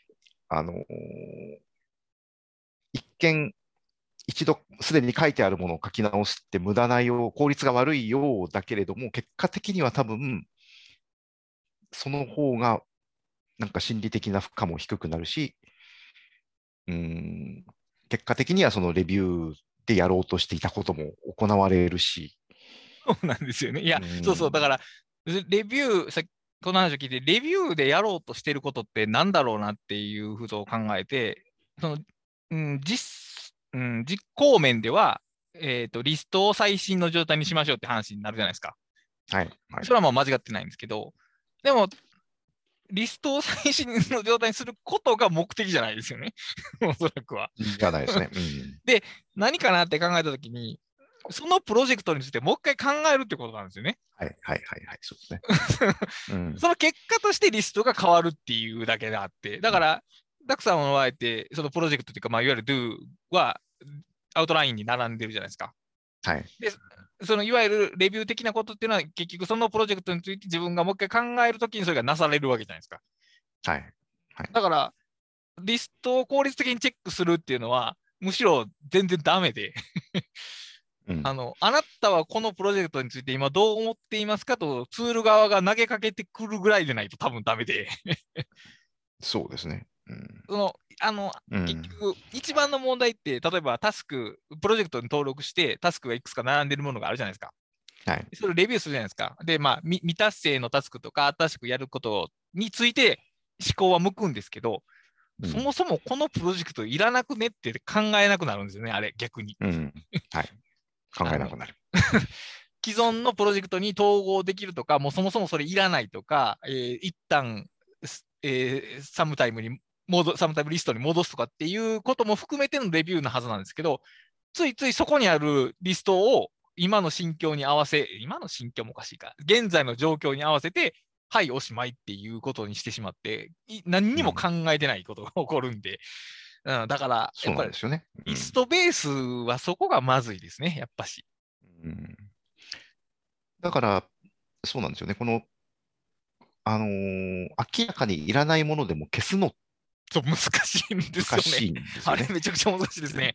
一見、一度すでに書いてあるものを書き直すって無駄なよう、効率が悪いようだけれども、結果的には多分、その方がなんか心理的な負荷も低くなるし、うーん、結果的にはそのレビューでやろうとしていたことも行われるし、 そうなんですよね。いうや、そうそう、だかーん、 ら、レビュー、この話を聞いて、レビューでやろうとしてることってなんだろうなっていうことを考えて、実行面では、リストを最新の状態にしましょうって話になるじゃないですか。 はい、はい。 それはまあ間違ってないんですけど、でも、リストを最新の状態にすることが目的じゃないですよね。おそらくは。 じゃないですね。うん。 で、何かなって考えたときに、そのプロジェクトについてもう一回考えるってことなんですよね。 はい、はい、はい、はい、そうですね。うん。 その結果としてリストが変わるっていうだけであって、だから、ダクさんの場合って、そのプロジェクトっていうか、まあ、いわゆる Do はアウトラインに並んでるじゃないですか。 はい。 で、そのいわゆるレビュー的なことっていうのは、結局そのプロジェクトについて自分がもう一回考えるときにそれがなされるわけじゃないですか。 はい。はい。 だから、リストを効率的にチェックするっていうのは、むしろ全然ダメで、 うん。 あなたはこのプロジェクトについて今どう思っていますかとツール側が投げかけてくるぐらいでないと多分ダメで、 そうですね。うん。 その、 うん。 結局、一番の問題って、例えばプロジェクトに登録して、タスクがいくつか並んでるものがあるじゃないですか。 はい。 それをレビューするじゃないですか。で、まあ、未達成のタスクとか、新しくやることについて思考は向くんですけど、 うん。 そもそもこのプロジェクトいらなくねって考えなくなるんですよね、あれ、逆に。 うん。はい。考あの、 えなくなる。 既存のプロジェクトに統合できるとか、もうそもそもそれいらないとか、一旦、サムタイムリストに戻すとかっていうことも含めてのレビューのはずなんですけど、ついついそこにあるリストを今の心境もおかしいか、現在の状況に合わせて、はい、おしまいっていうことにしてしまって、何にもうん。 考えてないことが起こるんで、だから、やそうっぱりなんですよね。うん。 リストベースはそこがまずいですね、やっぱし。 うん。だから、そうなんですよね。明らかにいらないものでも消すのそう、難しいんですよね。 難しいんですあれ、 よね。 めちゃくちゃ難しいですね。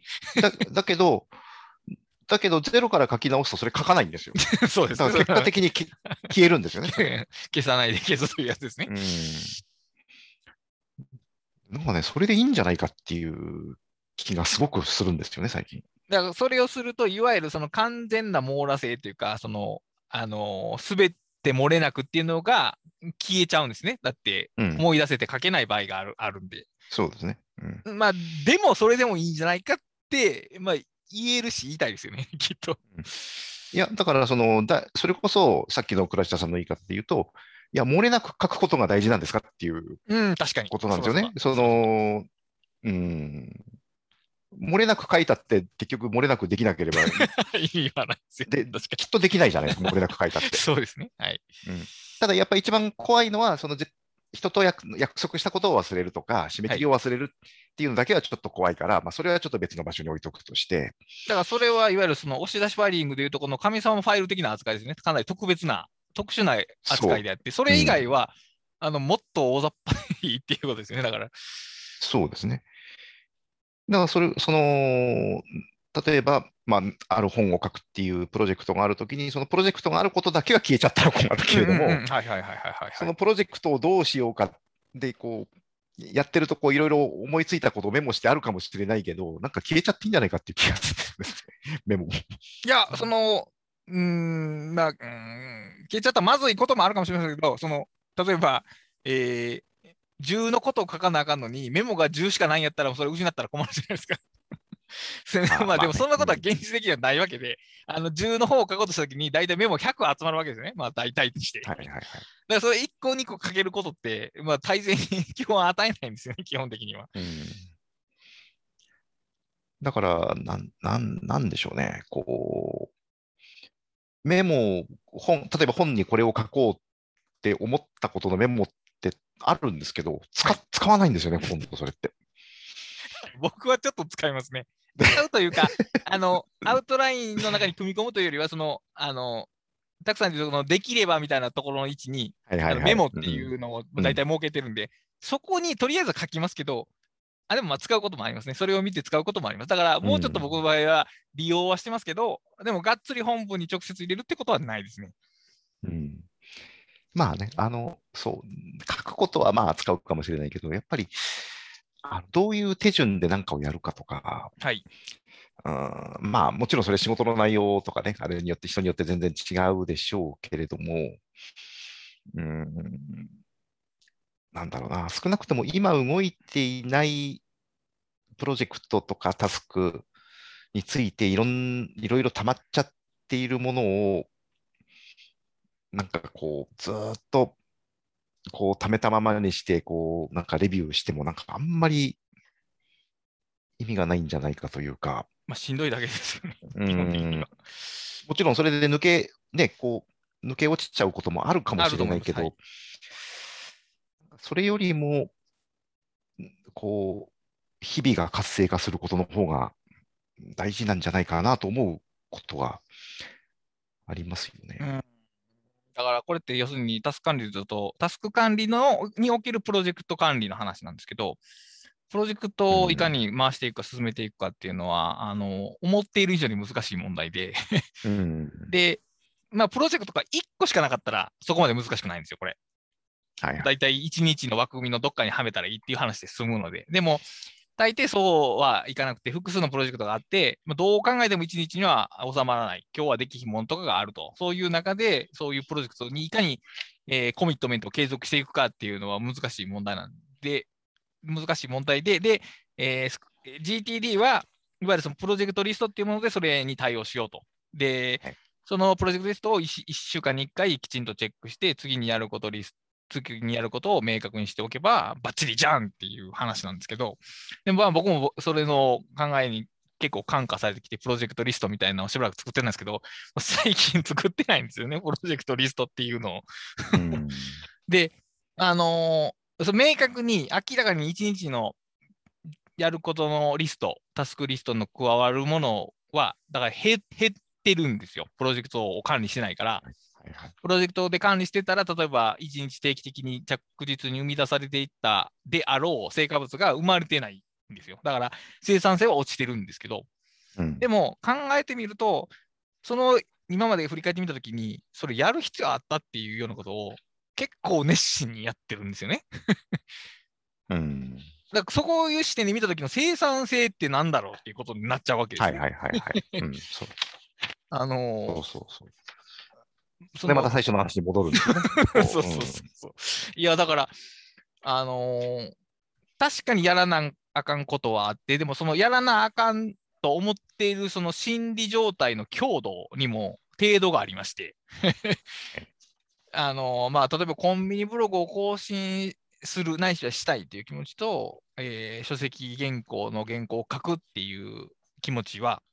だけど、ゼロから書き直すとそれ書かないんですよ。 そうですね。 だから結果的に消えるんですよね、それ。 消さないで消すというやつですね。 うん。なんかね、それでいいんじゃないかっていう気がすごくするんですよね、最近。 だから、それをすると、いわゆるその完全な網羅性というか、すべて漏れなくっていうのが消えちゃうんですね。だって、 うん。 思い出せて書けない場合があるんで。 そうですね。うん。 まあ、でも、それでもいいんじゃないかって、まあ、言えるし、言いたいですよね、きっと。 うん。いや、だからそれこそ、さっきの倉下さんの言い方で言うと、いや、漏れなく書くことが大事なんですかっていううん、確かに。 ことなんそうだそうだ。 ですよね。 そうだそうだ。 うん、漏れなく書いたって結局漏れなくできなければ意味はないですよね。 で、 確かきっとできないじゃないですか、漏れなく書いたっに。 て。 そうですね。はい。 うん、ただやっぱり一番怖いのは、人と約束したことを忘れるとか、締めはい。 切りを忘れるっていうのだけはちょっと怖いから、まあ、それはちょっと別の場所に置いとくとして、 だからそれはいわゆるその押し出しファイリングでいうとこの神様ファイル的な扱いですね。かなり特殊な扱そいであって、そう、うれ以外ん、 は、もっと大雑把にっていうことですよね。だから。 そうですね。 だから例えば、まあ、ある本を書くっていうプロジェクトがあるときに、そのプロジェクトがあることだけは消えちゃったら困るけれども、 はいはいはいはいはいはい。 そのプロジェクトをどうしようかで、やってるといろいろ思いついたことをメモしてあるかもしれないけど、なんか消えちゃっていいんじゃないかっていう気がするんですね、メモ。 いや、消えちゃったらまずいこともあるかもしれませんけど、例えば、10のことを書かなあかんのに、メモが10しかないんやったら、それ失ったら困るじゃないですか。まあでも、そんなことは現実的にはないわけで、10の方を書こうとしたときに、大体メモ100集まるわけですよね。まあ大体として。 はいはいはい。 だからそれ1個2個書けることって、まあ大勢に基本与えないんですよね、基本的には。 うん、だから、なんでしょうね。メモ例えば本にこれを書こうって思ったことのメモってあるんですけど、 はい。 使わないんですよね、ほとんどそれって。 僕はちょっと使いますね。使うというか、アウトラインの中に組み込むというよりは、たくさんでできればみたいなところの位置に、 はいはいはい。 メモっていうん。 うのをうん。 大体設けてるんで、そこにとりあえず書きますけど、でもまあ使うこともありますね。それを見て使うこともあります。だからもうちょっと僕の場合は利用はしてますけど、でもがっつり本文に直接入れるってことはないですね。 うん。まあね、そう、書くことはまあ使うかもしれないけど、やっぱり、どういう手順で何かをやるかとか、 はい。 うん、まあもちろんそれ仕事の内容とかね、あれによって人によって全然違うでしょうけれども、うん、なんだろうな、少なくとも今動いていないプロジェクトとかタスクについていろいろ溜まっちゃっているものを、なんかずーっと溜めたままにして、なんかレビューしても、なんかあんまり意味がないんじゃないかというか、 まあしんどいだけですよね。 う基本的にん、 は。 もちろんそれで抜け落ちちゃうこともあるかもしあると思います。はい。 れないけど、それよりも、日々が活性化することの方が大事なんじゃないかなと思うことはありますよね。 うん。だからこれって要するにタスク管理だと、タスク管理におけるプロジェクト管理の話なんですけど、プロジェクトをいかうん。 に回していくか、進めていくかっていうのは、思っている以上に難しい問題で、 うん。 で、まあ、プロジェクトが1個しかなかったら、そこまで難しくないんですよ、これ。 はいはい。 だいたい1日の枠組みのどっかにはめたらいいっていう話で済むので。でも、大抵そうはいかなくて、複数のプロジェクトがあって、まあ、どう考えても1日には収まらない。今日はできひんものとかがあると。そういう中で、そういうプロジェクトにいかに、コミットメントを継続していくかっていうのは難しい問題なんで、難しい問題で、GTD はいわゆるそのプロジェクトリストっていうものでそれに対応しようと。で、 はい。 そのプロジェクトリストを1週間に1回きちんとチェックして、次にやることを明確にしておけば、バッチリじゃんっていう話なんですけど、でもまあ僕もそれの考えに結構感化されてきて、プロジェクトリストみたいなのをしばらく作ってるんですけど、最近作ってないんですよね、プロジェクトリストっていうのを。 うん。 で、明確に明らかに1日のやることのリスト、タスクリストの加わるものは、だから減ってるんですよ。プロジェクトを管理してないから。 はいはい。 プロジェクトで管理してたら、例えば1日定期的に着実に生み出されていったであろう成果物が生まれてないんですよ。だから生産性は落ちてるんですけど、 うん。 でも考えてみると、その今まで振り返ってみたときに、それやる必要あったっていうようなことを結構熱心にやってるんですよね。 うん。 だからそういう視点で見たときの生産性ってなんだろうっていうことになっちゃうわけですね。 はいはいはいはい。うん。 あのそうそうそう。 そので、また最初の話に戻るんですよね。 そうそうそうそう。いや、だから、あのー確かにやらなあかんことはあって、でもそのやらなあかんと思っているその心理状態の強度にも程度がありまして、まあ、例えばコンビニブログを更新する、ないしはしたいという気持ちと、書籍原稿を書くっていう気持ちは、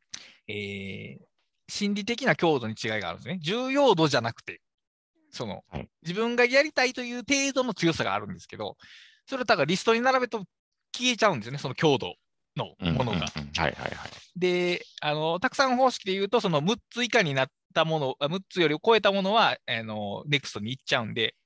心理的な強度に違いがあるんですね。重要度じゃなくて、 はい。 自分がやりたいという程度の強さがあるんですけど、それをだからリストに並べると消えちゃうんですよね、その強度のうんうんうん。 ものが。 はいはいはい。 で、たくさん方式で言うと、その6つ以下になったもの、6つより超えたものは、ネクストに行っちゃうんで、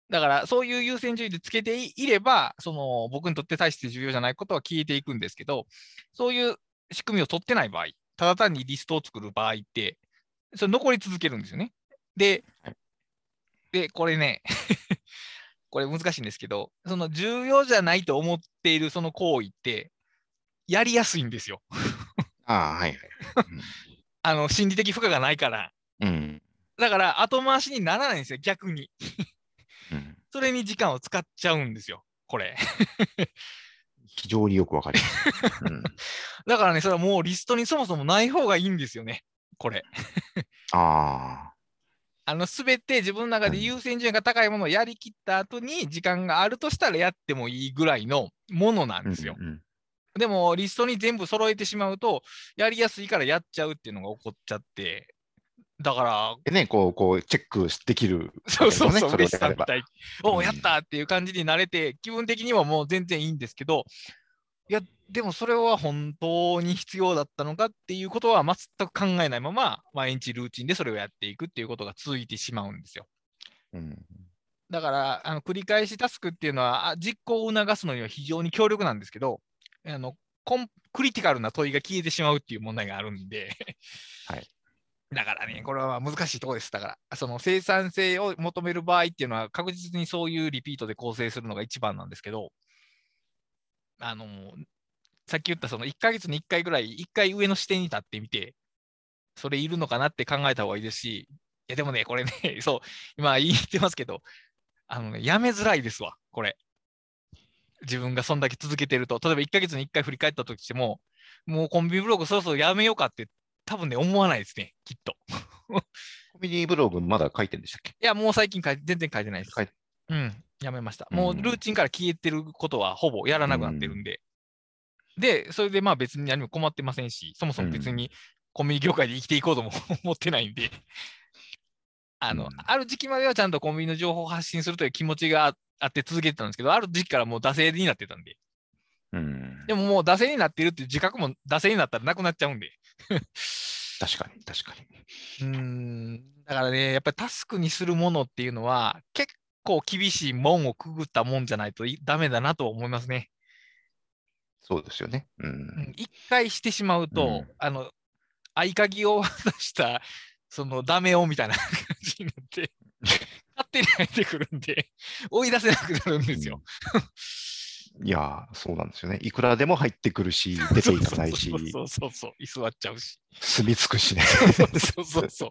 だからそういう優先順位でつけていれば、その僕にとって大して重要じゃないことは消えていくんですけど、そういう仕組みを取ってない場合、ただ単にリストを作る場合って、それ残り続けるんですよね。で、 はい、 これね、これ難しいんですけど、その重要じゃないと思っているその行為って、やりやすいんですよ。 ああ、はいはい。 心理的負荷がないから。 うん。 だから後回しにならないんですよ、逆に。 うん。 それに時間を使っちゃうんですよ、これ。 非常によくわかります。うん。 だからね、それはもうリストにそもそもない方がいいんですよね、これ。 あすべて自分の中あ、うでん。 優先順位が高いものをやりきった後に時間があるとしたらやってもいいぐらいのものなんうんですよ。 うん。 でも、リストに全部揃えてしまうと、やりやすいからやっちゃうっていうのが起こっちゃって、だから、 でね、こう、チェックできるそうわけですもんね、 そうそう、 それを嬉しやれば。 さみたい。おやっうん。 たっていう感じになれて、気分的にはもう全然いいんですけど、いや、でもそれは本当に必要だったのかっていうことは全く考えないまま、毎日ルーチンでそれをやっていくっていうことが続いてしまうんですよ。 うん。 だから、繰り返しタスクっていうのは、実行を促すのには非常に強力なんですけど、あのクリティカルな問いが消えてしまうっていう問題があるんで、 はい。 だからね、これは難しいところです。だから、その生産性を求める場合っていうのは、確実にそういうリピートで構成するのが一番なんですけど、あのさっき言ったその1ヶ月に1回ぐらい、1回上の視点に立ってみて、それいるのかなって考えた方がいいですし、いやでもね、これね、そう、今言ってますけど、やめづらいですわ、これ。自分がそんだけ続けてると、例えば1ヶ月に1回振り返ったとしても、もうコンビニブログそろそろやめようかって多分ね、思わないですね、きっと。 コミュニティブログまだ書いてるんでしたっけ？ いや、もう最近全然書いてないです。 書いて、 うん、やめました。もうルーうん。 チンから消えてることはほぼやらうなくなってるん。 んで。で、それでまあ別に何も困ってませんし、そもそうん。 も別にコンビニ業界で生きていこうとも思ってないんで、 うん。 ある時期まではちゃんとコンビニの情報を発信するという気持ちがあって続けてたんですけど、ある時期からもう惰性になってたんで、 うん。 でももう惰性になってるっていう自覚も惰性になったらなくなっちゃうんで。 確かに、確かに。 だからね、やっぱりタスクにするものっていうのは、結構厳しい門をくぐったもんじゃないとダメだなと思いますね。 そうですよね。うん。 一回してしまうと、 うん。 合鍵を渡した、そのダメをみたいな感じになって、勝手に入ってくるんで、追い出せなくなるんですよ。 うん。いやー、そうなんですよね。いくらでも入ってくるし、出そうていかそうそうないし、 そうそうそう、居座っちゃうし。 住み着くしね。 そうそうそうそうそう。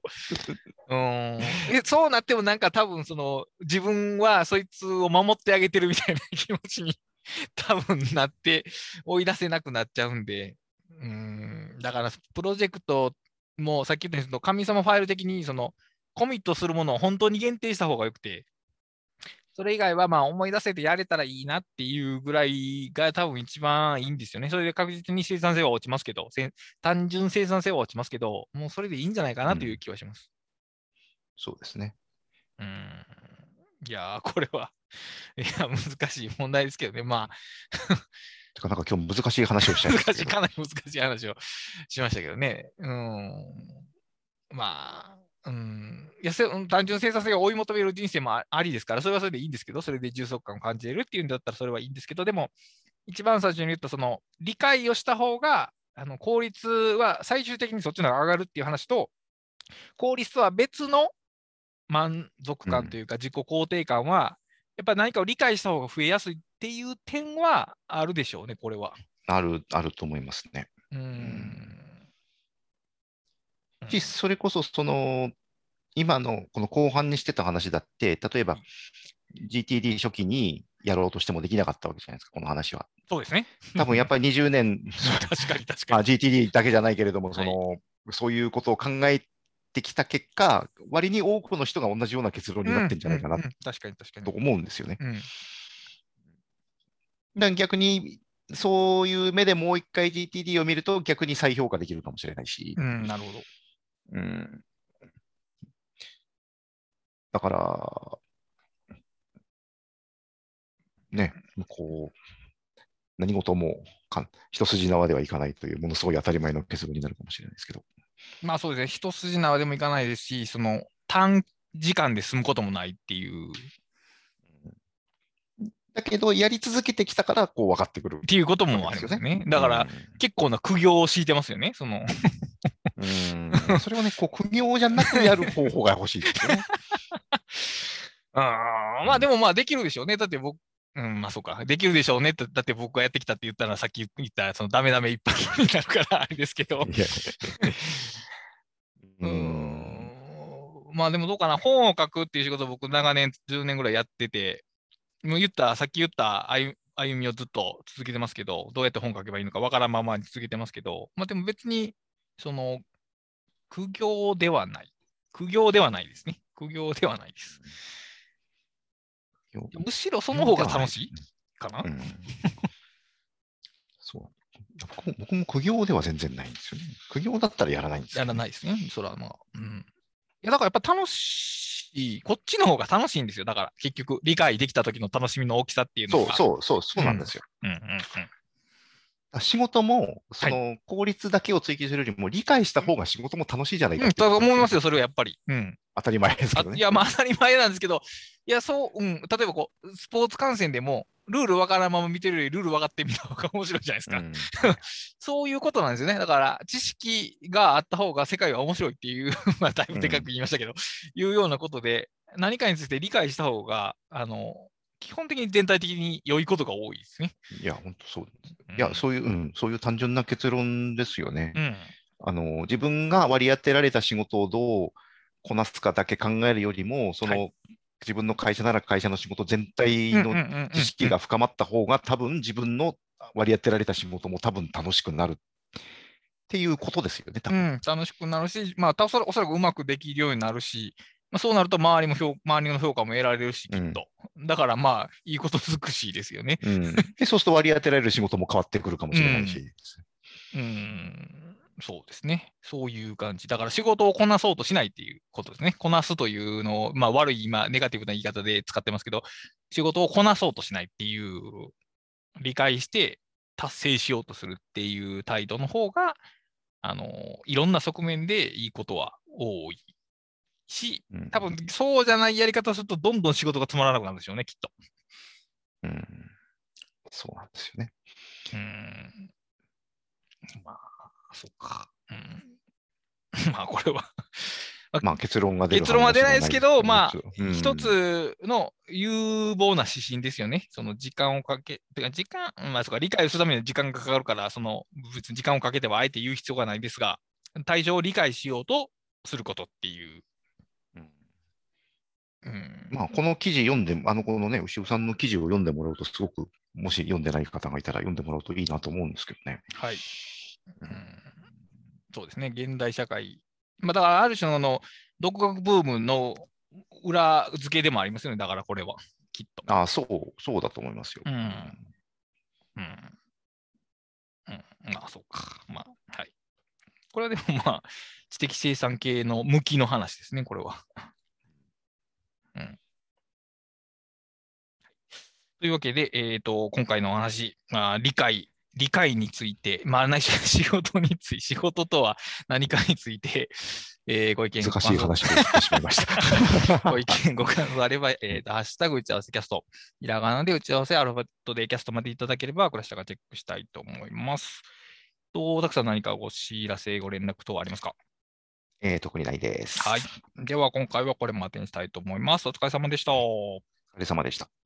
そうなってもなんか多分その自分はそいつを守ってあげてるみたいな気持ちに多分なって追い出せなくなっちゃうんで、だからプロジェクトもさっき言ったようにその神様ファイル的にそのコミットするものを本当に限定した方がよくて、それ以外はまあ思い出せてやれたらいいなっていうぐらいが多分一番いいんですよね。それで確実に生産性は落ちますけど、単純生産性は落ちますけど、もうそれでいいんじゃないかなといううん。 気はします。 そうですね。 うん。いやー、これは、いや、難しい問題ですけどね。まあ、 てか、なんか今日難しい話をしちゃいました難しい、 けど。 かなり難しい話をしましたけどね。まあ、いや、単純生産性を追い求める人生もありですから、それはそれでいいんですけど、それで充足感を感じれるっていうんだったらそれはいいんですけど、でも、一番最初に言った、その、理解をした方が、効率は最終的にそっちの方が上がるっていう話と、効率とは別の満足うん。 感というか、自己肯定感は、やっぱり何かを理解した方が増えやすいっていう点はあるでしょうね、これは。 あると思いますね。 うーうん。 ん。うそれこそ、今のこの後半にしてた話だって、例えばん GTD 初期にやろうとしてもできなかったわけじゃないですか、この話は。 そうですね。 多分やっぱり20年、 確かに確かまあ、 に。 GTD だけじゃないけれども、 はい。 そういうことを考えてきた結果、割に多くの人が同じような結論になってうん、うん、 んじゃないかなうん。確かに確かに。 と思うんですよね。 うん。 だから逆に、そういう目でもう一回 GTD を見ると逆に再評価できるかもしれないし、 うん、なるほど。 うん、だからね、何事も一筋縄ではいかないというものすごい当たり前の結論になるかもしれないですけど。 まあそうですね。一筋縄でもいかないですし、その短時間で済むこともないっていう。 だけど、やり続けてきたから、こう分かってくるっていうこともありますよね。だから、結構な苦行を強いてますよね。 それをね、こう苦行じゃなくやる方法が欲しいですよね。 まあでもまあできるでしょうね。だって僕、まあそうか。できるでしょうねって、だって僕がやってきたって言ったら、さっき言ったそのダメダメ一般になるからあれですけど。 いやまあでもどうかな。本を書くっていう仕事を僕長年、10年ぐらいやってて、もうさっき言った歩みをずっと続けてますけど、どうやって本書けばいいのかわからんままに続けてますけど、まあでも別に、その、苦行ではない。苦行ではないですね。苦行ではないです。むしろその方が楽しいかな。 そう。僕も苦行では全然ないんですよね。苦行だったらやらないんですよ、 やらないですね。それはまあ。いや、だからやっぱ楽しい、こっちの方が楽しいんですよ。だから結局、理解できた時の楽しみの大きさっていうのが。 そうなんですよ。仕事も、その効率だけを追求するよりも、理解した方が仕事も楽しいじゃないかと思いますよ、それはやっぱり。 当たり前ですけどね。 いや、まあ当たり前なんですけど、いや、例えばこう、スポーツ観戦でも、ルールわからんまま見てるより、ルール分かってみた方が面白いじゃないですか。そういうことなんですよね。だから、知識があった方が世界は面白いっていう、まあ、だいぶでかく言いましたけど、いうようなことで、何かについて理解した方が、基本的に全体的に良いことが多いですね。 いや、本当そうです。いや、そういう単純な結論ですよね。自分が割り当てられた仕事をどうこなすかだけ考えるよりも、自分の会社なら会社の仕事全体の知識が深まった方が、多分自分の割り当てられた仕事も多分楽しくなるっていうことですよね、多分。 楽しくなるし、まあ、おそらくうまくできるようになるし、まあ、そうなると周りの評価も得られるし、きっと。だからまあ、いいこと尽くしですよね。 で、そうすると割り当てられる仕事も変わってくるかもしれないし。 そうですね。そういう感じ。だから仕事をこなそうとしないっていうことですね。こなすというのを、まあ悪い、ネガティブな言い方で使ってますけど、仕事をこなそうとしないっていう、理解して達成しようとするっていう態度の方が、いろんな側面でいいことは多いし、多分そうじゃないやり方をすると、どんどん仕事がつまらなくなるんでしょうね、きっと。 そうなんですよね。 まあ、そっか。まあ、これはまあ、結論は出ないですけど、まあ、一つの有望な指針ですよね。その時間をかけ、まあ、そうか、理解するために時間がかかるから、別に時間をかけてはあえて言う必要がないですが、対象を理解しようとすることっていう。 まあ、この記事読んで、このね、牛尾さんの記事を読んでもらうと、すごく、もし読んでない方がいたら読んでもらうといいなと思うんですけどね。 はい。そうですね、現代社会。まあ、だからある種の独学ブームの裏付けでもありますよね、だからこれは、きっと。 そうだと思いますよ。 まあ、そうか。まあ、はい。これはでもまあ、知的生産系の向きの話ですね、これは。というわけで、今回のお話、理解について、まあ、仕事とは何かについて、ご意見、 難しい話をしてしまいました。 ご意見、ご感想あれば、ハッシュタグ打ち合わせキャスト、ひらがなで打ち合わせ、アルファベットでキャストまでいただければ、これ下がチェックしたいと思います。たくさん何かお知らせ、ご連絡等ありますか？ 特にないです。 はい。では、今回はこれまでにしたいと思います。お疲れ様でした。 お疲れ様でした。